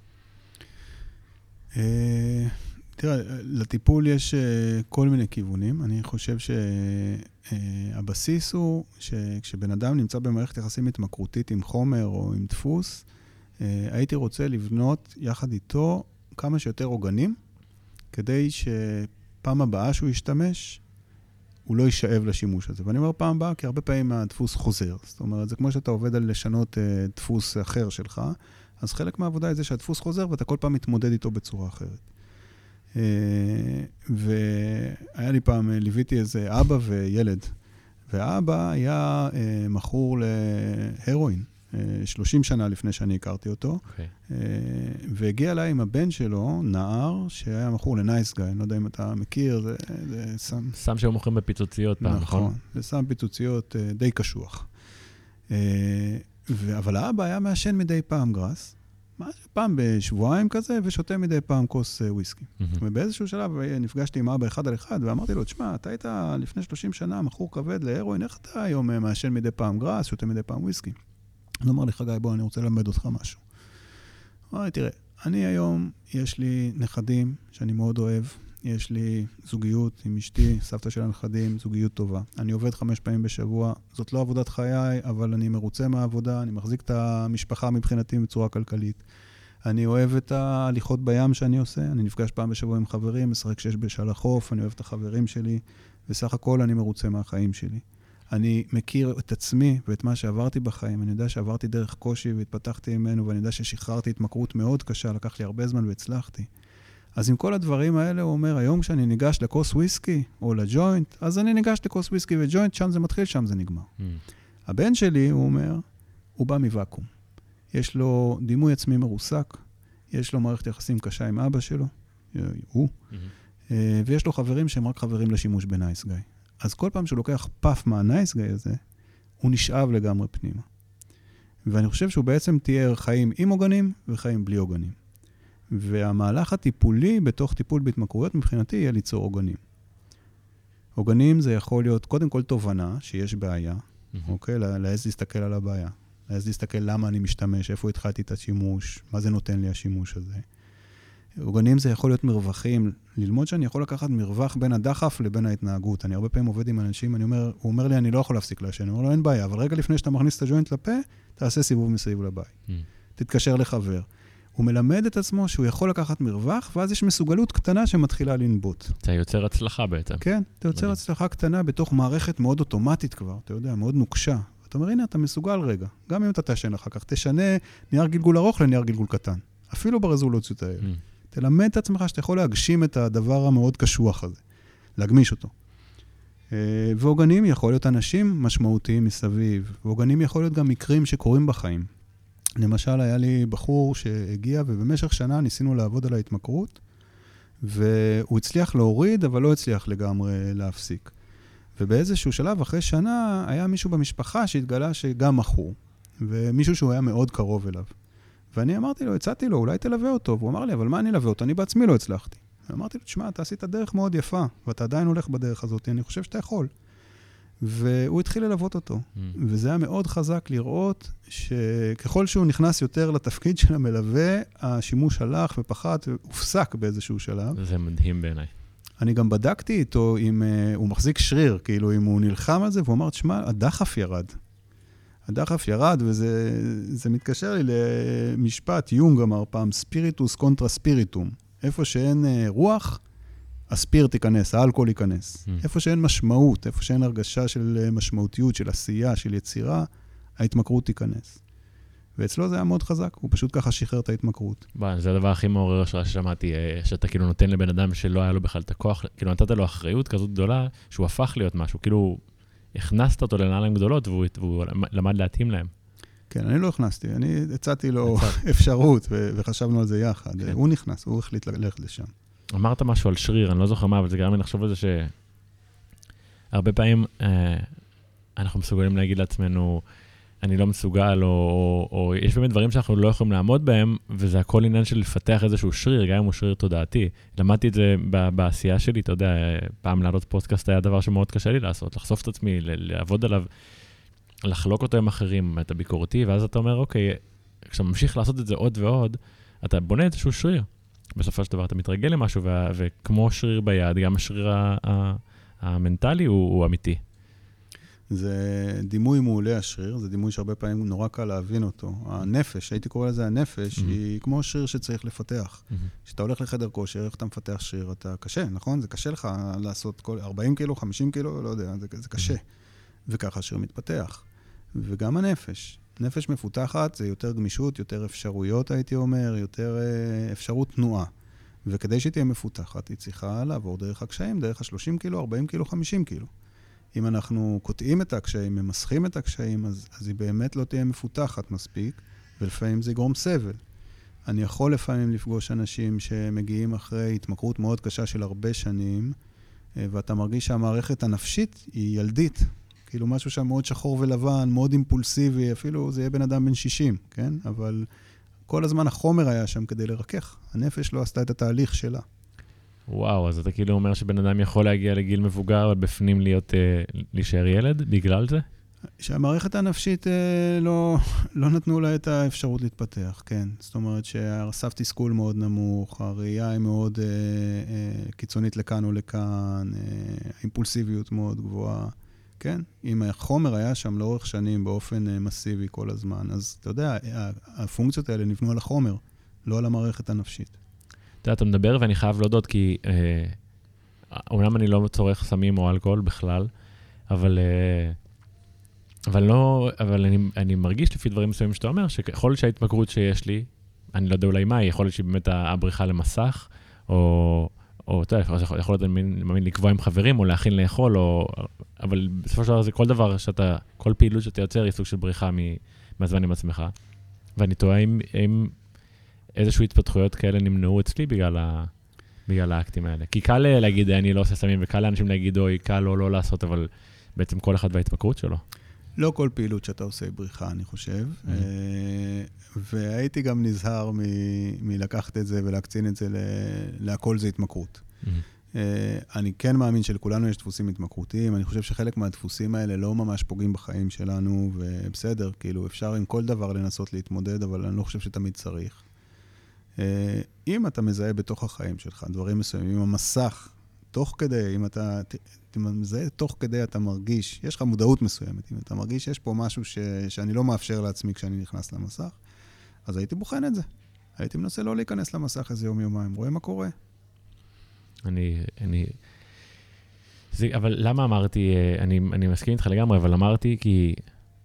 תראה, לטיפול יש כל מיני כיוונים. אני חושב שהבסיס הוא שכשבן אדם נמצא במערכת יחסים התמכרותית עם חומר או עם דפוס, הייתי רוצה לבנות יחד איתו כמה שיותר עוגנים, כדי שפעם הבאה שהוא ישתמש, הוא לא יישאב לשימוש הזה. ואני אומר פעם הבאה, כי הרבה פעמים הדפוס חוזר. זאת אומרת, זה כמו שאתה עובד על לשנות דפוס אחר שלך, אז חלק מהעבודה היא זה שהדפוס חוזר, ואתה כל פעם מתמודד איתו בצורה אחרת. והיה לי פעם, ליוויתי איזה אבא וילד, והאבא היה מכור להרואין, 30 שנה לפני שאני הכרתי אותו, והגיע אליי עם הבן שלו, נער, שהיה מכור לנייס גאי, אני לא יודע אם אתה מכיר, זה סם... סם שהיו מוכרים בפיצוציות פעם, נכון? נכון, זה סם פיצוציות די קשוח. אבל האבא היה מעשן מדי פעם גרס, פעם בשבועיים כזה, ושותה מדי פעם כוס וויסקי. ובאיזשהו שלב נפגשתי עם אבא אחד על אחד, ואמרתי לו, תשמע, אתה היית לפני 30 שנה מכור כבד להרואין, איך אתה היום מעשן מדי פעם גרס, שותה מדי פעם וויסקי? הוא אמר לי, חגי, בוא, אני רוצה ללמד אותך משהו. אמרתי, תראה, אני היום, יש לי נכדים שאני מאוד אוהב, יש לי זוגיות עם אשתי, סבתא של הנכדים, זוגיות טובה. אני עובד 5 פעמים בשבוע, זאת לא עבודת חיי, אבל אני מרוצה מהעבודה, אני מחזיק את המשפחה מבחינתי בצורה כלכלית. אני אוהב את ההליכות בים שאני עושה, אני נפגש פעם בשבוע עם חברים, משחק 6 בשל החוף, אני אוהב את החברים שלי, וסך הכל אני מרוצה מהחיים שלי. אני מכיר את עצמי ואת מה שעברתי בחיים, אני יודע שעברתי דרך קושי והתפתחתי ממנו, ואני יודע ששחררתי התמכרות מאוד קשה, לקח לי הרבה זמן והצלחתי. אז עם כל הדברים האלה הוא אומר, היום כשאני ניגש לכוס וויסקי או לג'וינט, אז אני ניגש לכוס וויסקי וג'וינט, שם זה מתחיל, שם זה נגמר. הבן שלי, הוא אומר, הוא בא מוואקום. יש לו דימוי עצמי מרוסק, יש לו מערכת יחסים קשה עם אבא שלו, ויש לו חברים שהם רק חברים לשימוש בנייס גאי. אז כל פעם שהוא לוקח פף מהנייס גאי הזה, הוא נשאב לגמרי פנימה. ואני חושב שהוא בעצם תיאר חיים עם עוגנים וחיים בלי עוגנים. והמהלך הטיפולי בתוך טיפול בהתמכרויות מבחינתי יהיה ליצור עוגנים. עוגנים זה יכול להיות קודם כל תובנה שיש בעיה, אוקיי? להעז להסתכל על הבעיה. להעז להסתכל למה אני משתמש, איפה התחלתי את השימוש, מה זה נותן לי השימוש הזה. עוגנים זה יכול להיות מרווחים, ללמוד שאני יכול לקחת מרווח בין הדחף לבין ההתנהגות. אני הרבה פעמים עובד עם אנשים, הוא אומר לי, אני לא יכול להפסיק לעשן. אני אומר לו, אין בעיה, אבל רגע לפני שאתה מכניס את הג'וינט לפה, תעשה סיבוב מסביב לבית. תתקשר לחבר. הוא מלמד את עצמו שהוא יכול לקחת מרווח, ואז יש מסוגלות קטנה שמתחילה לנבוט. אתה יוצר הצלחה בעצם. כן, אתה יוצר הצלחה קטנה בתוך מערכת מאוד אוטומטית כבר, אתה יודע, מאוד נוקשה. אתה אומר, הנה, אתה מסוגל רגע. גם אם אתה תשן אחר כך, תשנה נייר גלגול ארוך לנייר גלגול קטן. אפילו ברזולוציות האלה. תלמד את עצמך שאתה יכול להגשים את הדבר המאוד קשוח הזה. להגמיש אותו. ועוגנים יכול להיות אנשים משמעותיים מסביב. ועוגנים יכול להיות גם מקרים שקורים בחיים. למשל, היה לי בחור שהגיע, ובמשך שנה ניסינו לעבוד על ההתמכרות, והוא הצליח להוריד, אבל לא הצליח לגמרי להפסיק. ובאיזשהו שלב, אחרי שנה, היה מישהו במשפחה שהתגלה שגם מכור, ומישהו שהוא היה מאוד קרוב אליו. ואני אמרתי לו, הצעתי לו, אולי תלווה אותו, והוא אמר לי, אבל מה אני אלווה אותו? אני בעצמי לא הצלחתי. ואמרתי לו, תשמע, אתה עשית דרך מאוד יפה, ואתה עדיין הולך בדרך הזאת, אני חושב שאתה יכול. והוא התחיל ללוות אותו. וזה היה מאוד חזק לראות שככל שהוא נכנס יותר לתפקיד של המלווה, השימוש הלך ופחת והופסק באיזשהו שלב. זה מדהים בעיניי. אני גם בדקתי איתו אם הוא מחזיק שריר, כאילו אם הוא נלחם על זה, והוא אמר, תשמע, הדחף ירד. הדחף ירד, וזה מתקשר לי למשפט, יונג אמר פעם, ספיריטוס קונטרה ספיריטום. איפה שאין רוח, הספיר תיכנס, האלכוהול ייכנס. איפה שאין משמעות, איפה שאין הרגשה של משמעותיות, של עשייה, של יצירה, ההתמכרות תיכנס. ואצלו זה היה מאוד חזק, הוא פשוט ככה שחרר את ההתמכרות. זה הדבר הכי מעורר ששמעתי, שאתה כאילו נותן לבן אדם שלא היה לו בכלל את הכוח, כאילו נתת לו אחריות כזאת גדולה, שהוא הפך להיות משהו, כאילו הכנסת אותו לנעליים גדולות, והוא למד להתאים להם. כן, אני לא הכנסתי, אני הצעתי לו אפשרות, וחשבנו על זה יחד. הוא נכנס, הוא החליט ללכת לשם. אמרת משהו על שריר, אני לא זוכר מה, אבל זה גרם לי לחשוב על זה שהרבה פעמים אנחנו מסוגלים להגיד לעצמנו, אני לא מסוגל, או יש באמת דברים שאנחנו לא יכולים לעמוד בהם, וזה הכל עניין של לפתח איזשהו שריר, גם אם הוא שריר תודעתי. למדתי את זה בעשייה שלי, אתה יודע, פעם לעלות פודקאסט היה דבר שמאוד קשה לי לעשות, לחשוף את עצמי, לעבוד עליו, לחלוק אותו עם אחרים, את הביקורתי, ואז אתה אומר, אוקיי, כשאתה ממשיך לעשות את זה עוד ועוד, אתה בונה איזשהו שריר. בסופו של דבר אתה מתרגל למשהו, וכמו שריר ביד, גם השריר המנטלי הוא אמיתי. זה דימוי מעולה השריר, זה דימוי שהרבה פעמים נורא קל להבין אותו. הנפש, הייתי קורא לזה הנפש, היא כמו שריר שצריך לפתח. כשאתה הולך לחדר כושר, איך אתה מפתח שריר? אתה קשה, נכון? זה קשה לך לעשות 40 קילו, 50 קילו, לא יודע, זה קשה. וככה השריר מתפתח. וגם הנפש. נפש מפותחת זה יותר גמישות, יותר אפשרויות, הייתי אומר, יותר אפשרות תנועה. וכדי שהיא תהיה מפותחת, היא צריכה לעבור דרך הקשיים, דרך ה-30 קילו, 40 קילו, 50 קילו. אם אנחנו קוטעים את הקשיים, ממסכים את הקשיים, אז היא באמת לא תהיה מפותחת מספיק, ולפעמים זה יגרום סבל. אני יכול לפעמים לפגוש אנשים שמגיעים אחרי התמכרות מאוד קשה של הרבה שנים, ואתה מרגיש שהמערכת הנפשית היא ילדית. כאילו משהו שם מאוד שחור ולבן, מאוד אימפולסיבי, אפילו זה יהיה בן אדם בן 60, כן? אבל כל הזמן החומר היה שם כדי לרכך. הנפש לא עשתה את התהליך שלה. וואו, אז אתה כאילו אומר שבן אדם יכול להגיע לגיל מבוגר, אבל בפנים להישאר ילד בגלל זה? שהמערכת הנפשית לא נתנו לה את האפשרות להתפתח, כן. זאת אומרת שהסף תסכול מאוד נמוך, הראייה היא מאוד קיצונית לכאן או לכאן, האימפולסיביות מאוד גבוהה, כן. אם החומר היה שם לאורך שנים באופן מסיבי כל הזמן, אז אתה יודע, הפונקציות האלה נבנו על החומר, לא על המערכת הנפשית. אתה מדבר ואני חייב להודות, כי אומנם אני לא צורך סמים או אלכוהול בכלל, אבל אני מרגיש לפי דברים מסוימים שאתה אומר, שיכול להיות שההתמכרות שיש לי, אני לא יודע אולי מה, יכול להיות שהיא באמת הבריחה למסך, או אתה יודע, יכול להיות מאמין לקבוע עם חברים, או להכין לאכול, אבל בסופו של דבר זה כל דבר כל פעילות שאתה יוצר היא סוג של בריחה מהזמן עם עצמך. ואני תוהה אם איזשהו התפתחויות כאלה נמנעו אצלי בגלל האקטים האלה. כי קל להגיד, אני לא עושה סמים, וקל לאנשים להגיד, אוי, קל או לא לעשות, אבל בעצם כל אחד בהתמכרות שלו. לא כל פעילות שאתה עושה היא בריחה, אני חושב. והייתי גם נזהר מלקחת את זה ולהקצין את זה להכל זה התמכרות. אני כן מאמין שלכולנו יש דפוסים התמכרותיים, אני חושב שחלק מהדפוסים האלה לא ממש פוגעים בחיים שלנו, ובסדר, כאילו אפשר עם כל דבר לנסות להתמודד, אבל אני לא חושב שתמיד צריך. אם אתה מזהה בתוך החיים שלך דברים מסוימים, עם המסך, תוך כדי, אם אתה מזהה תוך כדי אתה מרגיש, יש לך מודעות מסוימת, אם אתה מרגיש שיש פה משהו שאני לא מאפשר לעצמי כשאני נכנס למסך, אז הייתי בוחן את זה. הייתי מנסה לא להיכנס למסך איזה יום-יומיים, רואה מה קורה. אבל למה אמרתי, אני מסכים איתך לגמרי, אבל אמרתי כי,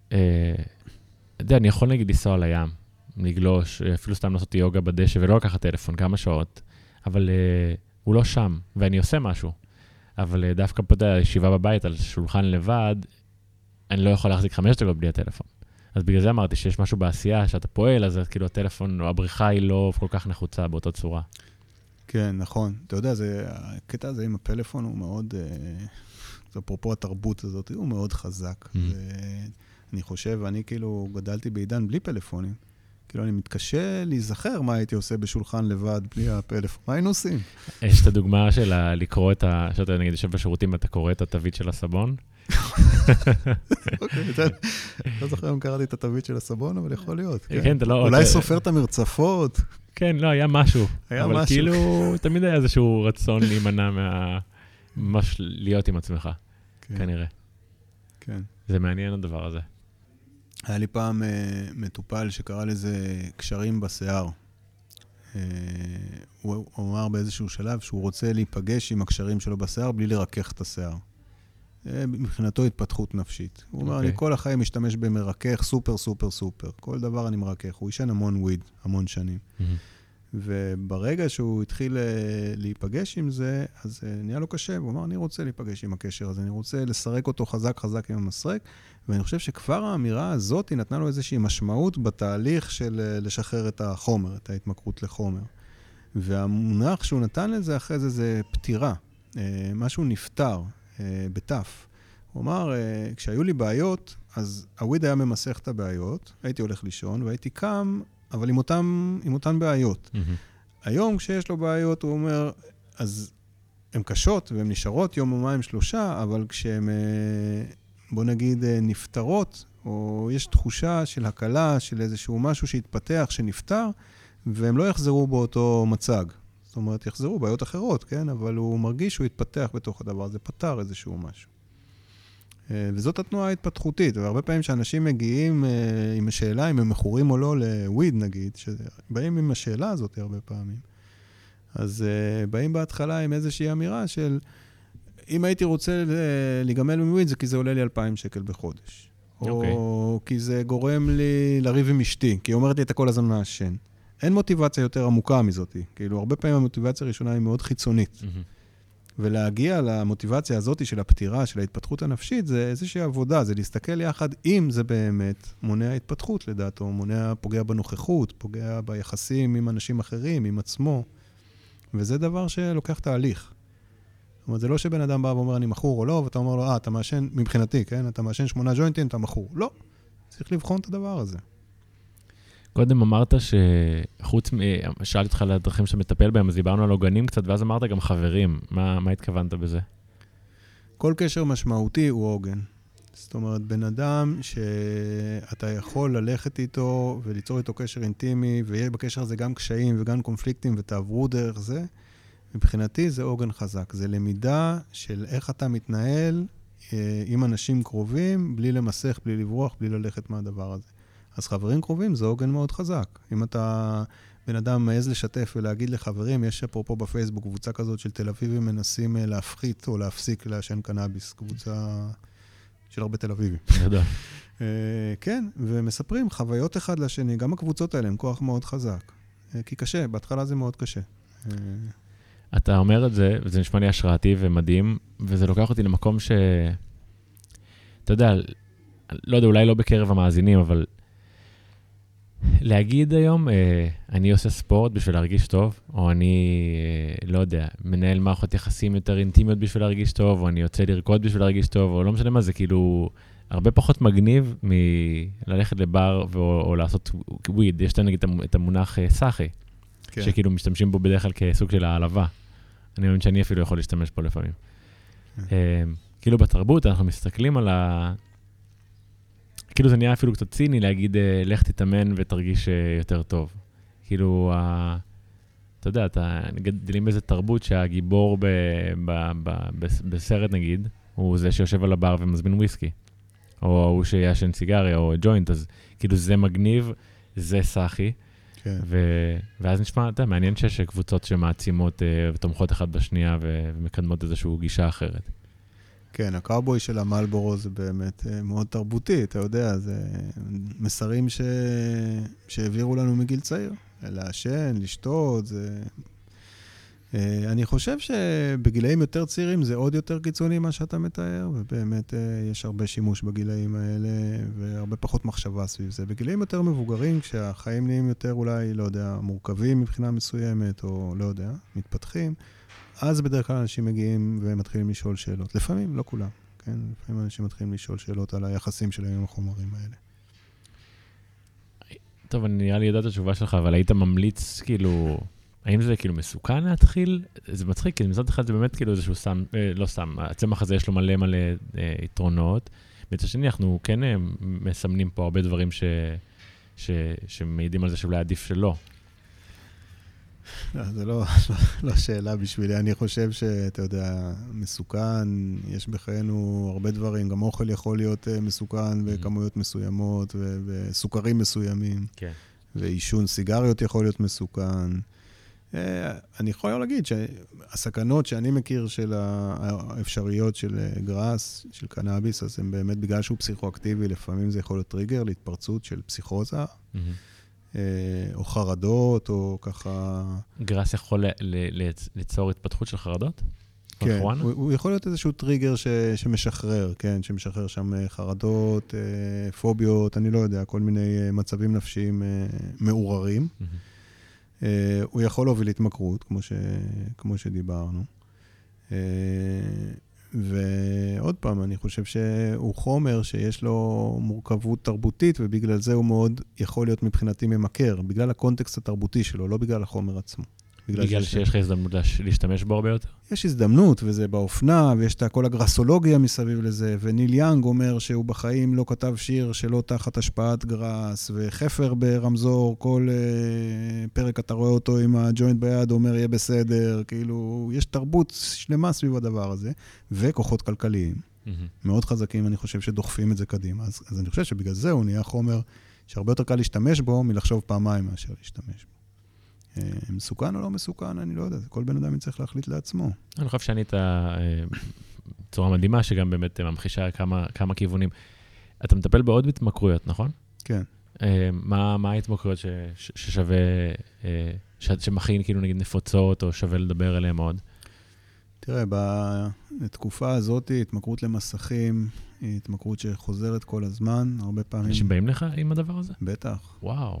אני יכול נגיד לנסוע על הים, לגלוש, אפילו סתם לעשות יוגה בדשא ולא לקחת טלפון כמה שעות, אבל הוא לא שם, ואני עושה משהו. אבל דווקא פה ישיבה בבית על שולחן לבד, אני לא יכול להחזיק 5 דקות בלי הטלפון. אז בגלל זה אמרתי שיש משהו בעשייה, שאתה פועל, אז כאילו הטלפון או הבריחה היא לא כל כך נחוצה באותה צורה. כן, נכון. אתה יודע, הקטע הזה עם הפלאפון הוא מאוד, אפרופו התרבות הזאת, הוא מאוד חזק. אני חושב, אני כאילו גדלתי בעידן בלי פלאפונים. כאילו אני מתקשה להיזכר מה הייתי עושה בשולחן לבד בלי הפלאפון. מה היינו עושים? יש את הדוגמה של לקרוא שאתה נגיד יושב בשירותים ואתה קורא את התווית של הסבון? אוקיי, לא זוכר אם קראתי את התווית של הסבון, אבל יכול להיות. כן, אולי סופר את המרצפות. כן, לא, היה משהו. היה משהו. אבל כאילו, תמיד היה איזשהו רצון להימנע ממש להיות עם עצמך, כנראה. כן. זה מעניין הדבר הזה. היה לי פעם מטופל שקרא לזה קשרים בשיער. הוא אמר באיזשהו שלב שהוא רוצה להיפגש עם הקשרים שלו בשיער בלי לרכך את השיער. מבחינתו התפתחות נפשית. הוא אומר, אני כל החיים משתמש במרכך סופר, סופר, סופר. כל דבר אני מרכך. הוא ישן המון וויד, המון שנים. וברגע שהוא התחיל להיפגש עם זה, אז נהיה לו קשה. הוא אמר, אני רוצה להיפגש עם הקשר הזה, אני רוצה לסרק אותו חזק חזק עם המסרק, ואני חושב שכבר האמירה הזאת היא נתנה לו איזושהי משמעות בתהליך של לשחרר את החומר, את ההתמכרות לחומר. והמונח שהוא נתן לזה אחרי זה זה פתירה. משהו נפטר בתף. הוא אמר, כשהיו לי בעיות, אז הוויד היה ממסך את הבעיות, הייתי הולך לישון והייתי קם, אבל עם אותן בעיות. היום כשיש לו בעיות, הוא אומר, אז הן קשות והן נשארות יום יומיים 3, אבל כשהן, בוא נגיד, נפטרות, או יש תחושה של הקלה, של איזשהו משהו שהתפתח, שנפטר, והם לא יחזרו באותו מצג. זאת אומרת, יחזרו בעיות אחרות, כן? אבל הוא מרגיש שהוא התפתח בתוך הדבר הזה, פתר איזשהו משהו. וזאת התנועה ההתפתחותית, והרבה פעמים שאנשים מגיעים עם השאלה אם הם מכורים או לא לוויד נגיד, שבאים עם השאלה הזאת הרבה פעמים, אז באים בהתחלה עם איזושהי אמירה של, אם הייתי רוצה להיגמל מוויד, זה כי זה עולה לי 2,000 שקל בחודש. או כי זה גורם לי לריב עם אשתי, כי היא אומרת לי את הכל הזמן מעשן. אין מוטיבציה יותר עמוקה מזאת, כאילו הרבה פעמים המוטיבציה הראשונה היא מאוד חיצונית. ולהגיע למוטיבציה הזאת של הפתירה, של ההתפתחות הנפשית, זה איזושהי עבודה, זה להסתכל יחד אם זה באמת מונע התפתחות לדעתו, פוגע בנוכחות, פוגע ביחסים עם אנשים אחרים, עם עצמו, וזה דבר שלוקח תהליך. זאת אומרת, זה לא שבן אדם בא ואומר, אני מכור או לא, ואתה אומר לו, אתה מעשן, מבחינתי, כן? אתה מעשן 8 ג'וינטים, אתה מכור. לא. צריך לבחון את הדבר הזה. קודם אמרת שחוץ, שאלתי אותך על הדרכים שאתה מטפל בהם, אז דיברנו על עוגנים קצת, ואז אמרת גם חברים. מה התכוונת בזה? כל קשר משמעותי הוא עוגן. זאת אומרת, בן אדם שאתה יכול ללכת איתו וליצור איתו קשר אינטימי, ויהיה בקשר הזה גם קשיים וגם קונפליקטים, ותעברו דרך זה, מבחינתי זה עוגן חזק. זה למידה של איך אתה מתנהל עם אנשים קרובים, בלי למסך, בלי לברוח, בלי ללכת מהדבר הזה. אז חברים קרובים זה עוגן מאוד חזק. אם אתה בן אדם מעז לשתף ולהגיד לחברים, יש פה בפייסבוק קבוצה כזאת של תל אביבים מנסים להפחית או להפסיק לעשן קנאביס, קבוצה של הרבה תל אביבים. גדול. כן, ומספרים חוויות אחד לשני, גם הקבוצות האלה הם כוח מאוד חזק. כי קשה, בהתחלה זה מאוד קשה. אתה אומר את זה, וזה נשמע לי השראתי ומדהים, וזה לוקח אותי למקום ש... אתה יודע, לא יודע, אולי לא בקרב המאזינים, אבל להגיד היום, אני עושה ספורט בשביל להרגיש טוב, או אני, לא יודע, מנהל מערכות יחסים יותר אינטימיות בשביל להרגיש טוב, או אני יוצא לרקוד בשביל להרגיש טוב, או לא משנה מה, זה כאילו הרבה פחות מגניב מללכת לבר או לעשות וויד. יש נגיד את המונח סחי, כן. שכאילו משתמשים בו בדרך כלל כסוג של העלבה. אני מאמין שאני אפילו יכול להשתמש פה לפעמים. כאילו בתרבות אנחנו מסתכלים על כאילו זה נהיה אפילו קצת ציני להגיד, לך תתאמן ותרגיש יותר טוב. כאילו, אתה יודע, גדלים באיזה תרבות שהגיבור בסרט נגיד, הוא זה שיושב על הבר ומזמין וויסקי. או הוא שישן סיגריה או ג'וינט, אז כאילו זה מגניב, זה סחי. כן. ואז נשמע, אתה יודע, מעניין שיש קבוצות שמעצימות ותומכות אחד בשנייה ומקדמות איזושהי גישה אחרת. כן, הקאובוי של המלבורו זה באמת מאוד תרבותי, אתה יודע, זה מסרים שהעבירו לנו מגיל צעיר. לעשן, לשתות, זה... אני חושב שבגילאים יותר צעירים זה עוד יותר קיצוני מה שאתה מתאר, ובאמת יש הרבה שימוש בגילאים האלה, והרבה פחות מחשבה סביב זה. בגילאים יותר מבוגרים, כשהחיים נהיים יותר אולי, לא יודע, מורכבים מבחינה מסוימת, או לא יודע, מתפתחים, אז בדרך כלל אנשים מגיעים ומתחילים לשאול שאלות. לפעמים, לא כולם, כן? לפעמים אנשים מתחילים לשאול שאלות על היחסים שלהם עם החומרים האלה. טוב, אני נראה לי יודעת את התשובה שלך, אבל היית ממליץ, כאילו, האם זה כאילו מסוכן להתחיל? זה מצחיק, כי מצד אחד זה באמת כאילו איזשהו סם, לא סם, הצמח הזה יש לו מלא יתרונות. מצד שני, אנחנו כן מסמנים פה הרבה דברים שמעידים על זה שאולי עדיף שלא. זה לא שאלה בשבילי. אני חושב שאתה יודע, מסוכן, יש בחיינו הרבה דברים, גם אוכל יכול להיות מסוכן בכמויות מסוימות, וסוכרים מסוימים, ואישון סיגריות יכול להיות מסוכן. אני יכול להגיד שהסכנות שאני מכיר של האפשריות של גראס, של קנאביס, אז הם באמת בגלל שהוא פסיכואקטיבי, לפעמים זה יכול להיות טריגר להתפרצות של פסיכוזה, או חרדות, או ככה... גראס יכול ליצור התפתחות של חרדות? כן, הוא יכול להיות איזשהו טריגר שמשחרר, כן, שמשחרר שם חרדות, פוביות, אני לא יודע, כל מיני מצבים נפשיים מעוררים. הוא יכול להוביל להתמכרות, כמו שדיברנו. ועוד פעם, אני חושב שהוא חומר שיש לו מורכבות תרבותית, ובגלל זה הוא מאוד יכול להיות מבחינתי ממכר, בגלל הקונטקסט התרבותי שלו, לא בגלל החומר עצמו. בגלל שיש לך הזדמנות להשתמש בו הרבה יותר? יש הזדמנות, וזה באופנה, ויש את כל הגרסולוגיה מסביב לזה, וניל יאנג אומר שהוא בחיים לא כתב שיר שלא תחת השפעת גרס, וחפר ברמזור, כל פרק אתה רואה אותו עם הג'וינט ביד, אומר יהיה בסדר, כאילו, יש תרבות שלמה סביב הדבר הזה, וכוחות כלכליים, מאוד חזקים, אני חושב שדוחפים את זה קדימה, אז אני חושב שבגלל זה הוא נהיה חומר שהרבה יותר קל להשתמש בו, מלחשוב פעמיים מאשר להשתמש בו. מסוכן או לא מסוכן, אני לא יודע, כל בן אדם יצטרך להחליט לעצמו. אני חושב שענית צורה מדהימה, שגם באמת ממחישה כמה כיוונים. אתה מטפל בעוד התמכרויות, נכון? כן. מה ההתמכרויות ששווה, שמכין כאילו נגיד נפוצות, או שווה לדבר עליהן עוד? תראה, בתקופה הזאת, התמכרות למסכים, היא התמכרות שחוזרת כל הזמן, הרבה פעמים. אנשים באים לך עם הדבר הזה? בטח. וואו.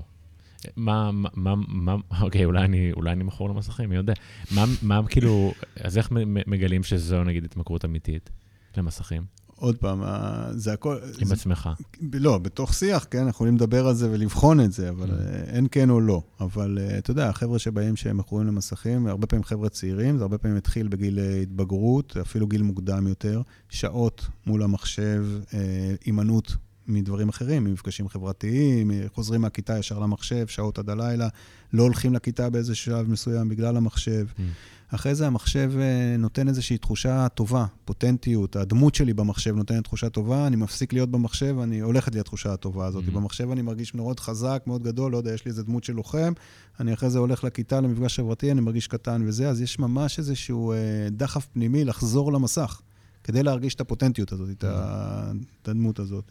אוקיי, אולי אני מכור למסכים, מי יודע. מה כאילו, אז איך מגלים שזו נגיד התמכרות אמיתית למסכים? עוד פעם, זה הכל... עם עצמך. לא, בתוך שיח, כן, אנחנו יכולים לדבר על זה ולבחון את זה, אבל אין כן או לא. אבל אתה יודע, החבר'ה שבאים שהם מכורים למסכים, הרבה פעמים חבר'ה צעירים, זה הרבה פעמים התחיל בגיל התבגרות, אפילו גיל מוקדם יותר, שעות מול המחשב, אימנות מדברים אחרים, ממפגשים חברתיים, חוזרים מהכיתה ישר למחשב, שעות עד הלילה, לא הולכים לכיתה באיזה שלב מסוים בגלל המחשב. אחרי זה המחשב נותן איזושהי תחושה טובה, פוטנטיות, הדמות שלי במחשב נותנת תחושה טובה, אני מפסיק להיות במחשב, אני הולכת לי התחושה הטובה הזאת. במחשב אני מרגיש מאוד חזק, מאוד גדול, לא יודע, יש לי איזה דמות של לוחם, אני אחרי זה הולך לכיתה, למפגש חברתי, אני מרגיש קטן וזה, אז יש ממש איזשהו דחף פנימי לחזור למסך, כדי להרגיש את הפוטנטיות הזאת, את הדמות הזאת.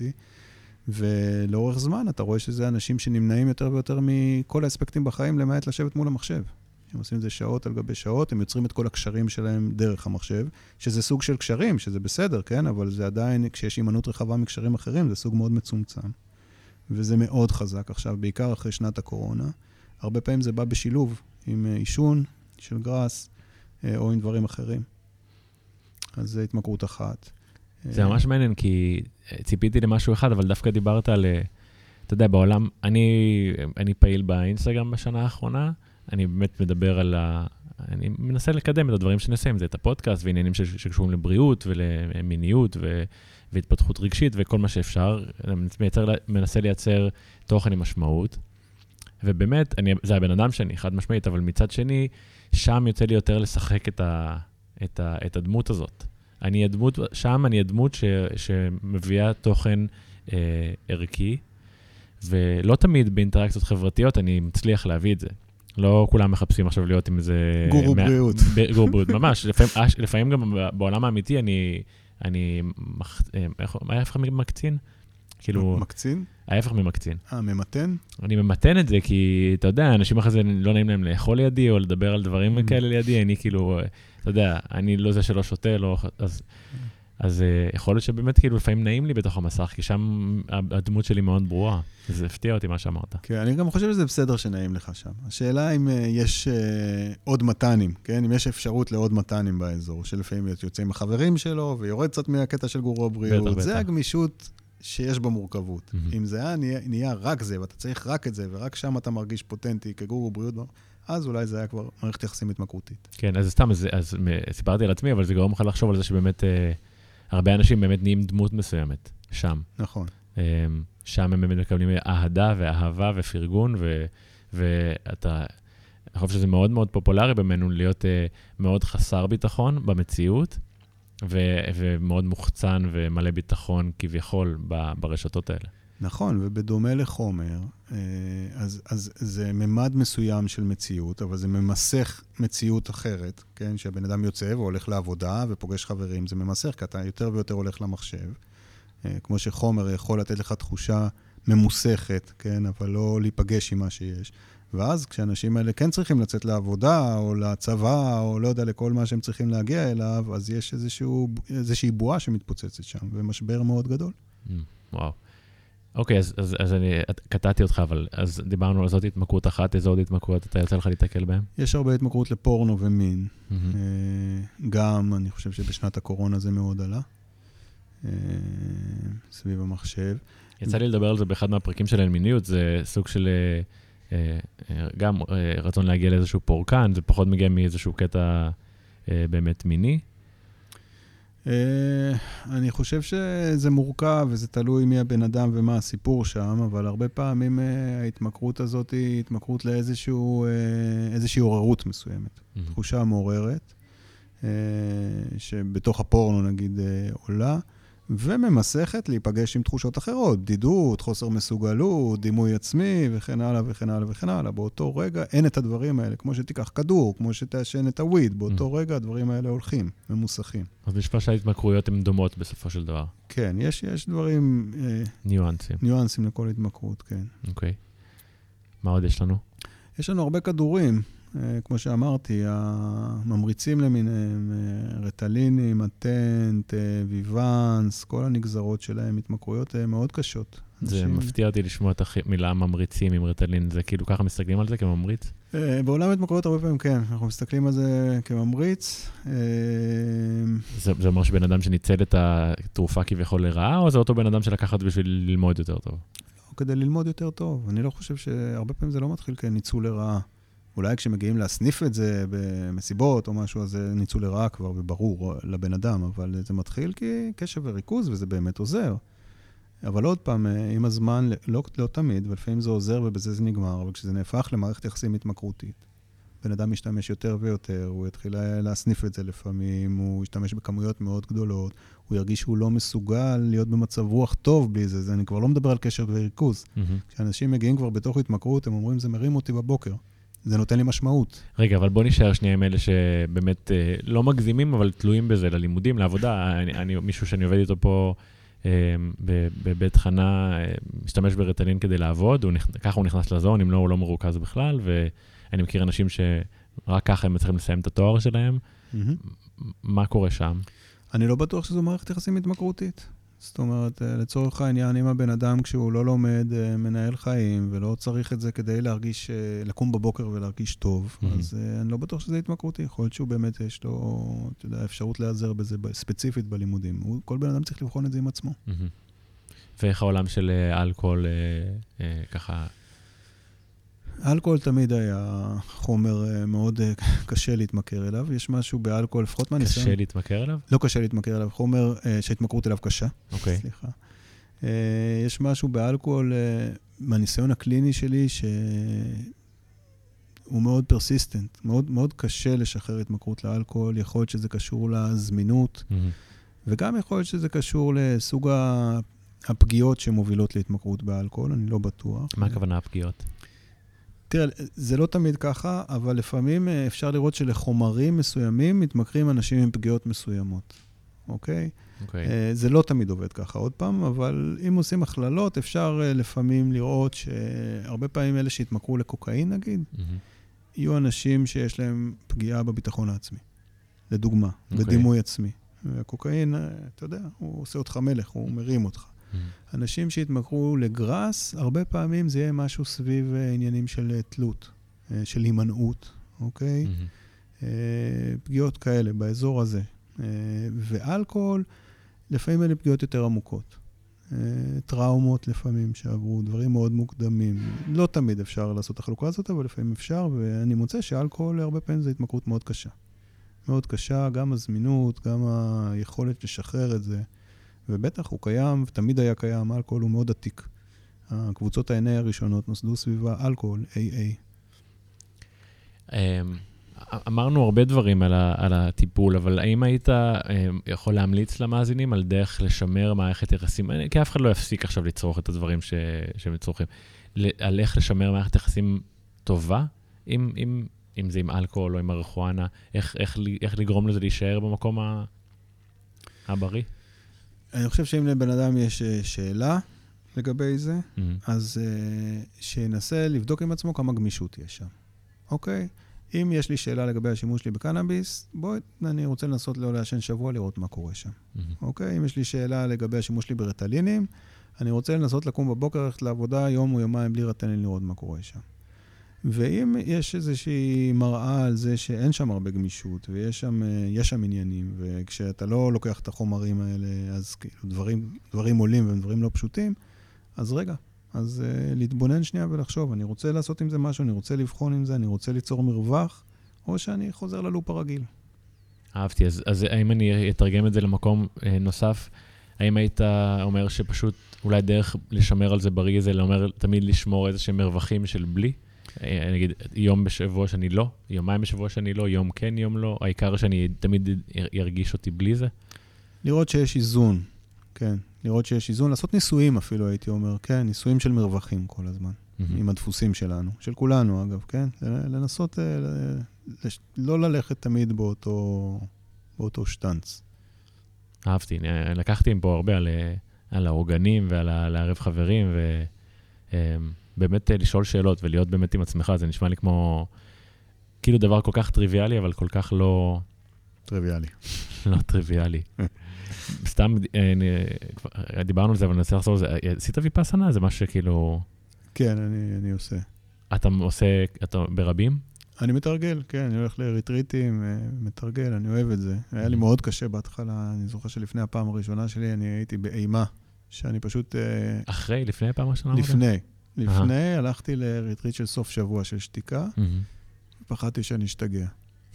ולאורך זמן אתה רואה שזה אנשים שנמנעים יותר ויותר מכל האספקטים בחיים, למעט לשבת מול המחשב. הם עושים את זה שעות על גבי שעות, הם יוצרים את כל הקשרים שלהם דרך המחשב, שזה סוג של קשרים, שזה בסדר, כן? אבל זה עדיין, כשיש אימנות רחבה מקשרים אחרים, זה סוג מאוד מצומצם. וזה מאוד חזק עכשיו, בעיקר אחרי שנת הקורונה. הרבה פעמים זה בא בשילוב עם עישון של גראס, או עם דברים אחרים. אז זה התמכרות אחת. זה ממש מעניין, כי ציפיתי למשהו אחד, אבל דווקא דיברת על, אתה יודע, בעולם, אני פעיל באינסטגרם בשנה האחרונה, אני באמת מדבר על אני מנסה לקדם את הדברים שנסיים, זה את הפודקאסט ועניינים שקשורים לבריאות ולמיניות והתפתחות רגשית וכל מה שאפשר. אני מנסה לייצר תוכן עם משמעות, ובאמת, זה הבן אדם שאני חד משמעית, אבל מצד שני, שם יוצא לי יותר לשחק את הדמות הזאת. שם אני הדמות שמביאה תוכן ערכי, ולא תמיד באינטראקציות חברתיות אני מצליח להביא את זה. לא כולם מחפשים עכשיו להיות עם איזה... גורו בריאות. גורו בריאות, ממש. לפעמים גם בעולם האמיתי אני ההפך ממקצין? כאילו... מקצין? ההפך ממקצין. ממתן? אני ממתן את זה כי, אתה יודע, אנשים אחרי זה לא נעים להם לאכול לידי או לדבר על דברים כאלה לידי, אני כאילו, אתה יודע, אני לא זה שלא שותה, לא... אז יכול להיות שבאמת כאילו לפעמים נעים לי בתוך המסך, כי שם הדמות שלי מאוד ברורה. זה הפתיע אותי מה שאמרת. כן, אני גם חושב שזה בסדר שנעים לך שם. השאלה אם יש עוד מתנים, כן? אם יש אפשרות לעוד מתנים באזור, שלפעמים יוצאים החברים שלו, ויורד קצת מהקטע של גורו בריאות. זה הגמישות שיש במורכבות. אם זה נהיה רק זה, ואתה צריך רק את זה, ורק שם אתה מרגיש פוטנטי כגורו בריאות, אז אולי זה היה כבר מערכת יחסים התמכרותית. כן, אז סתם, אז סיפרתי על עצמי, אבל זה גורם לך לחשוב על זה שבאמת הרבה אנשים באמת נהיים דמות מסוימת, שם. נכון. שם הם באמת מקבלים אהדה ואהבה ופרגון, ואתה, אני חושב שזה מאוד מאוד פופולרי במנו להיות מאוד חסר ביטחון במציאות, ומאוד מוחצן ומלא ביטחון כביכול ברשתות האלה. נכון, ובדומה לחומר, אז זה ממד מסוים של מציאות, אבל זה ממסך מציאות אחרת, כן? שהבן אדם יוצא והולך לעבודה ופוגש חברים, זה ממסך, כי אתה יותר ויותר הולך למחשב, כמו שחומר יכול לתת לך תחושה ממוסכת, כן? אבל לא להיפגש עם מה שיש. ואז כשאנשים האלה כן צריכים לצאת לעבודה, או לצבא, או לא יודע, לכל מה שהם צריכים להגיע אליו, אז יש איזושהי בועה שמתפוצצת שם, ומשבר מאוד גדול. וואו. אוקיי, אז אני קטעתי אותך, אבל אז דיברנו על זאת התמכרות אחת, איזו עוד התמכרות אתה יוצא לך להתקל בהם? יש הרבה התמכרות לפורנו ומין. גם, אני חושב שבשנת הקורונה זה מאוד עלה, סביב המחשב. יצא לי לדבר על זה באחד מהפרקים של מיניות, זה סוג של גם רצון להגיע לאיזשהו פורקן, זה פחות מגיע מאיזשהו קטע באמת מיני. אני חושב שזה מורכב וזה תלוי מי הבן אדם ומה הסיפור שם, אבל הרבה פעמים ההתמכרות הזאת היא התמכרות לאיזושהי עוררות מסוימת. תחושה מעוררת, שבתוך הפורנו נגיד עולה, וממסכת להיפגש עם תחושות אחרות, בדידות, חוסר מסוגלות, דימוי עצמי וכן הלאה וכן הלאה וכן הלאה. באותו רגע אין את הדברים האלה, כמו שתיקח כדור, כמו שתעשן את הוויד, באותו רגע הדברים האלה הולכים, ממוסכים. אז נשמע שההתמכרויות הן דומות בסופו של דבר. כן, יש דברים... ניואנסים. ניואנסים לכל התמכרות, כן. אוקיי. מה עוד יש לנו? יש לנו הרבה כדורים. כמו שאמרתי, הממריצים למיניהם, רטלינים, אטנט, ויוונס, כל הנגזרות שלהם, התמכרויות מאוד קשות. זה מפתיע אותי לשמוע את המילה ממריצים עם רטלין, זה כאילו ככה מסתכלים על זה כממריץ? בעולם התמכרויות הרבה פעמים כן, אנחנו מסתכלים על זה כממריץ. זה אומר שבן אדם שניצל את התרופה כביכול לרעה, או זה אותו בן אדם שלקח את זה בשביל ללמוד יותר טוב? כדי ללמוד יותר טוב. אני לא חושב שהרבה פעמים זה לא מתחיל כניצול לרעה. אולי כשמגיעים להסניף את זה במסיבות או משהו, אז זה ניצול לרעה כבר וברור לבן אדם, אבל זה מתחיל כקשב וריכוז, וזה באמת עוזר. אבל עוד פעם, עם הזמן, לא תמיד, ולפעמים זה עוזר ובזה זה נגמר, אבל כשזה נהפך למערכת יחסים התמכרותית, בן אדם משתמש יותר ויותר, הוא יתחיל להסניף את זה לפעמים, הוא ישתמש בכמויות מאוד גדולות, הוא ירגיש שהוא לא מסוגל להיות במצב רוח טוב בלי זה, אני כבר לא מדבר על קשב וריכוז. כשאנשים מגיעים כבר בתוך התמכרות, הם אומרים, זה מרים אותי בבוקר. זה נותן לי משמעות. רגע, אבל בוא נשאר שנייה עם אלה שבאמת לא מגזימים, אבל תלויים בזה, ללימודים, לעבודה. מישהו שאני עובד איתו פה בבית חנה, משתמש ברטלין כדי לעבוד, ככה הוא נכנס לזון, אם לא, הוא לא מרוכז בכלל, ואני מכיר אנשים שרק ככה הם מצליחים לסיים את התואר שלהם. מה קורה שם? אני לא בטוח שזו מערכת יחסים התמכרותית. זאת אומרת, לצורך העניין, אם הבן אדם כשהוא לא לומד, מנהל חיים, ולא צריך את זה כדי להרגיש, לקום בבוקר ולהרגיש טוב, אז אני לא בטוח שזה התמכרותי. יכול להיות שהוא באמת יש לו, אתה יודע, אפשרות להיעזר בזה ספציפית בלימודים. כל בן אדם צריך לבחון את זה עם עצמו. ואיך העולם של אלכוהול ככה? אלכוהול תמיד היה חומר מאוד קשה להתמכר אליו. יש משהו באלכוהול, לפחות מהניסיון. קשה להתמכר אליו? לא קשה להתמכר אליו, חומר שהתמכרות אליו קשה. אוקיי. סליחה. יש משהו באלכוהול, מהניסיון הקליני שלי, שהוא מאוד פרסיסטנט. מאוד, מאוד קשה לשחרר התמכרות לאלכוהול. יכול להיות שזה קשור לזמינות, וגם יכול להיות שזה קשור לסוג הפגיעות שמובילות להתמכרות באלכוהול. אני לא בטוח. מה הכוונה הפגיעות? תראה, זה לא תמיד ככה, אבל לפעמים אפשר לראות שלחומרים מסוימים מתמכרים אנשים עם פגיעות מסוימות, אוקיי? זה לא תמיד עובד ככה עוד פעם, אבל אם עושים הכללות, אפשר לפעמים לראות שהרבה פעמים אלה שהתמכרו לקוקאין, נגיד, יהיו אנשים שיש להם פגיעה בביטחון העצמי, לדוגמה, בדימוי עצמי. והקוקאין, אתה יודע, הוא עושה אותך מלך, הוא מרים אותך. אנשים שהתמכרו לגרס, הרבה פעמים זה יהיה משהו סביב עניינים של תלות, של הימנעות, אוקיי? פגיעות כאלה באזור הזה. ואלכוהול, לפעמים אלה פגיעות יותר עמוקות. טראומות לפעמים שעברו, דברים מאוד מוקדמים. לא תמיד אפשר לעשות את החלוקה הזאת, אבל לפעמים אפשר, ואני מוצא שאלכוהול הרבה פעמים זה התמכרות מאוד קשה. מאוד קשה, גם הזמינות, גם היכולת לשחרר את זה. ובטח הוא קיים, ותמיד היה קיים, אלכוהול הוא מאוד עתיק. הקבוצות ה-NA הראשונות נוסדו סביבה אלכוהול, AA. אמרנו הרבה דברים על הטיפול, אבל האם היית יכול להמליץ למאזינים על דרך לשמר מערכת יחסים? כי אף אחד לא יפסיק עכשיו לצרוך את הדברים שהם צורכים. על איך לשמר מערכת יחסים טובה, אם זה עם אלכוהול או עם מריחואנה, איך לגרום לזה להישאר במקום הבריא? אני חושב שאם לבן אדם יש שאלה לגבי זה, אז שינסה לבדוק עם עצמו כמה גמישות יש שם. אוקיי? אם יש לי שאלה לגבי השימוש שלי בקנאביס, אני רוצה לנסות לא לעשן שבוע, לראות מה קורה שם. אוקיי? אם יש לי שאלה לגבי השימוש שלי ברטלינים, אני רוצה לנסות לקום בבוקר, ללכת לעבודה, יום או יומיים בלי רטלין, לראות מה קורה שם. ואם יש איזושהי מראה על זה שאין שם הרבה גמישות, ויש שם עניינים, וכשאתה לא לוקח את החומרים האלה, אז כאילו דברים עולים והם דברים לא פשוטים, אז רגע, אז להתבונן שנייה ולחשוב, אני רוצה לעשות עם זה משהו, אני רוצה לבחון עם זה, אני רוצה ליצור מרווח, או שאני חוזר ללופ הרגיל. אהבתי, אז האם אני אתרגם את זה למקום נוסף? האם היית אומר שפשוט אולי דרך לשמר על זה בריא, זה אומר תמיד לשמור איזה שהם מרווחים של בלי? אני אגיד, יום בשבוע שאני לא, יומיים בשבוע שאני לא, יום כן, יום לא, העיקר שאני תמיד ירגיש אותי בלי זה? לראות שיש איזון, כן. לראות שיש איזון, לעשות ניסויים אפילו, הייתי אומר, כן, ניסויים של מרווחים כל הזמן, עם הדפוסים שלנו, של כולנו אגב, כן? לנסות, לא ללכת תמיד באותו שטנץ. אהבתי, לקחתי פה הרבה על האורגנים ועל לערב חברים, באמת לשאול שאלות ולהיות באמת עם עצמך, זה נשמע לי כמו כאילו דבר כל כך טריוויאלי, אבל כל כך לא... טריוויאלי. לא טריוויאלי. סתם, דיברנו על זה, אבל אני רוצה לחזור על זה. עשית ויפאסנה? זה משהו שכאילו... כן, אני עושה. אתה עושה, אתה ברבים? אני מתרגל, כן, אני הולך לריטריטים, מתרגל, אני אוהב את זה. היה לי מאוד קשה בהתחלה, אני זוכר שלפני הפעם הראשונה שלי, אני הייתי באימה, שאני פשוט... אחרי, לפני הפעם הראשונה? לפני, הלכתי לריטריט של סוף שבוע של שתיקה, ופחדתי שאני אשתגע.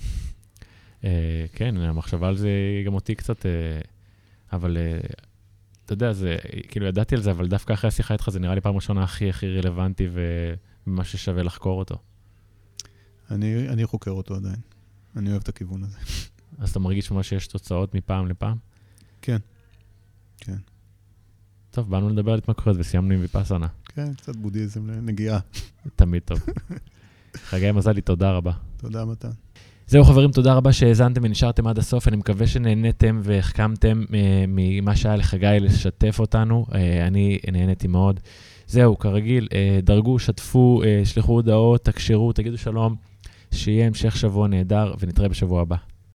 כן, המחשבה על זה גם אותי קצת, אבל אתה יודע, כאילו ידעתי על זה, אבל דווקא אחרי השיחה איתך, זה נראה לי פעם ראשונה הכי רלוונטי, ומה ששווה לחקור אותו. אני חוקר אותו עדיין. אני אוהב את הכיוון הזה. אז אתה מרגיש ממש שיש תוצאות מפעם לפעם? כן. כן. טוב, באנו לדבר על התמכרויות וסיימנו עם ויפאסנה. כן, קצת בודהיזם לנגיעה. תמיד טוב. חגי מזלי, תודה רבה. תודה, מתן. זהו חברים, תודה רבה שהאזנתם ונשארתם עד הסוף. אני מקווה שנהנתם והחכמתם ממה שהיה לחגי לשתף אותנו. אני נהניתי מאוד. זהו, כרגיל, דרגו, שתפו, שלחו הודעות, תקשרו, תגידו שלום. שיהיה המשך שבוע נהדר ונתראה בשבוע הבא.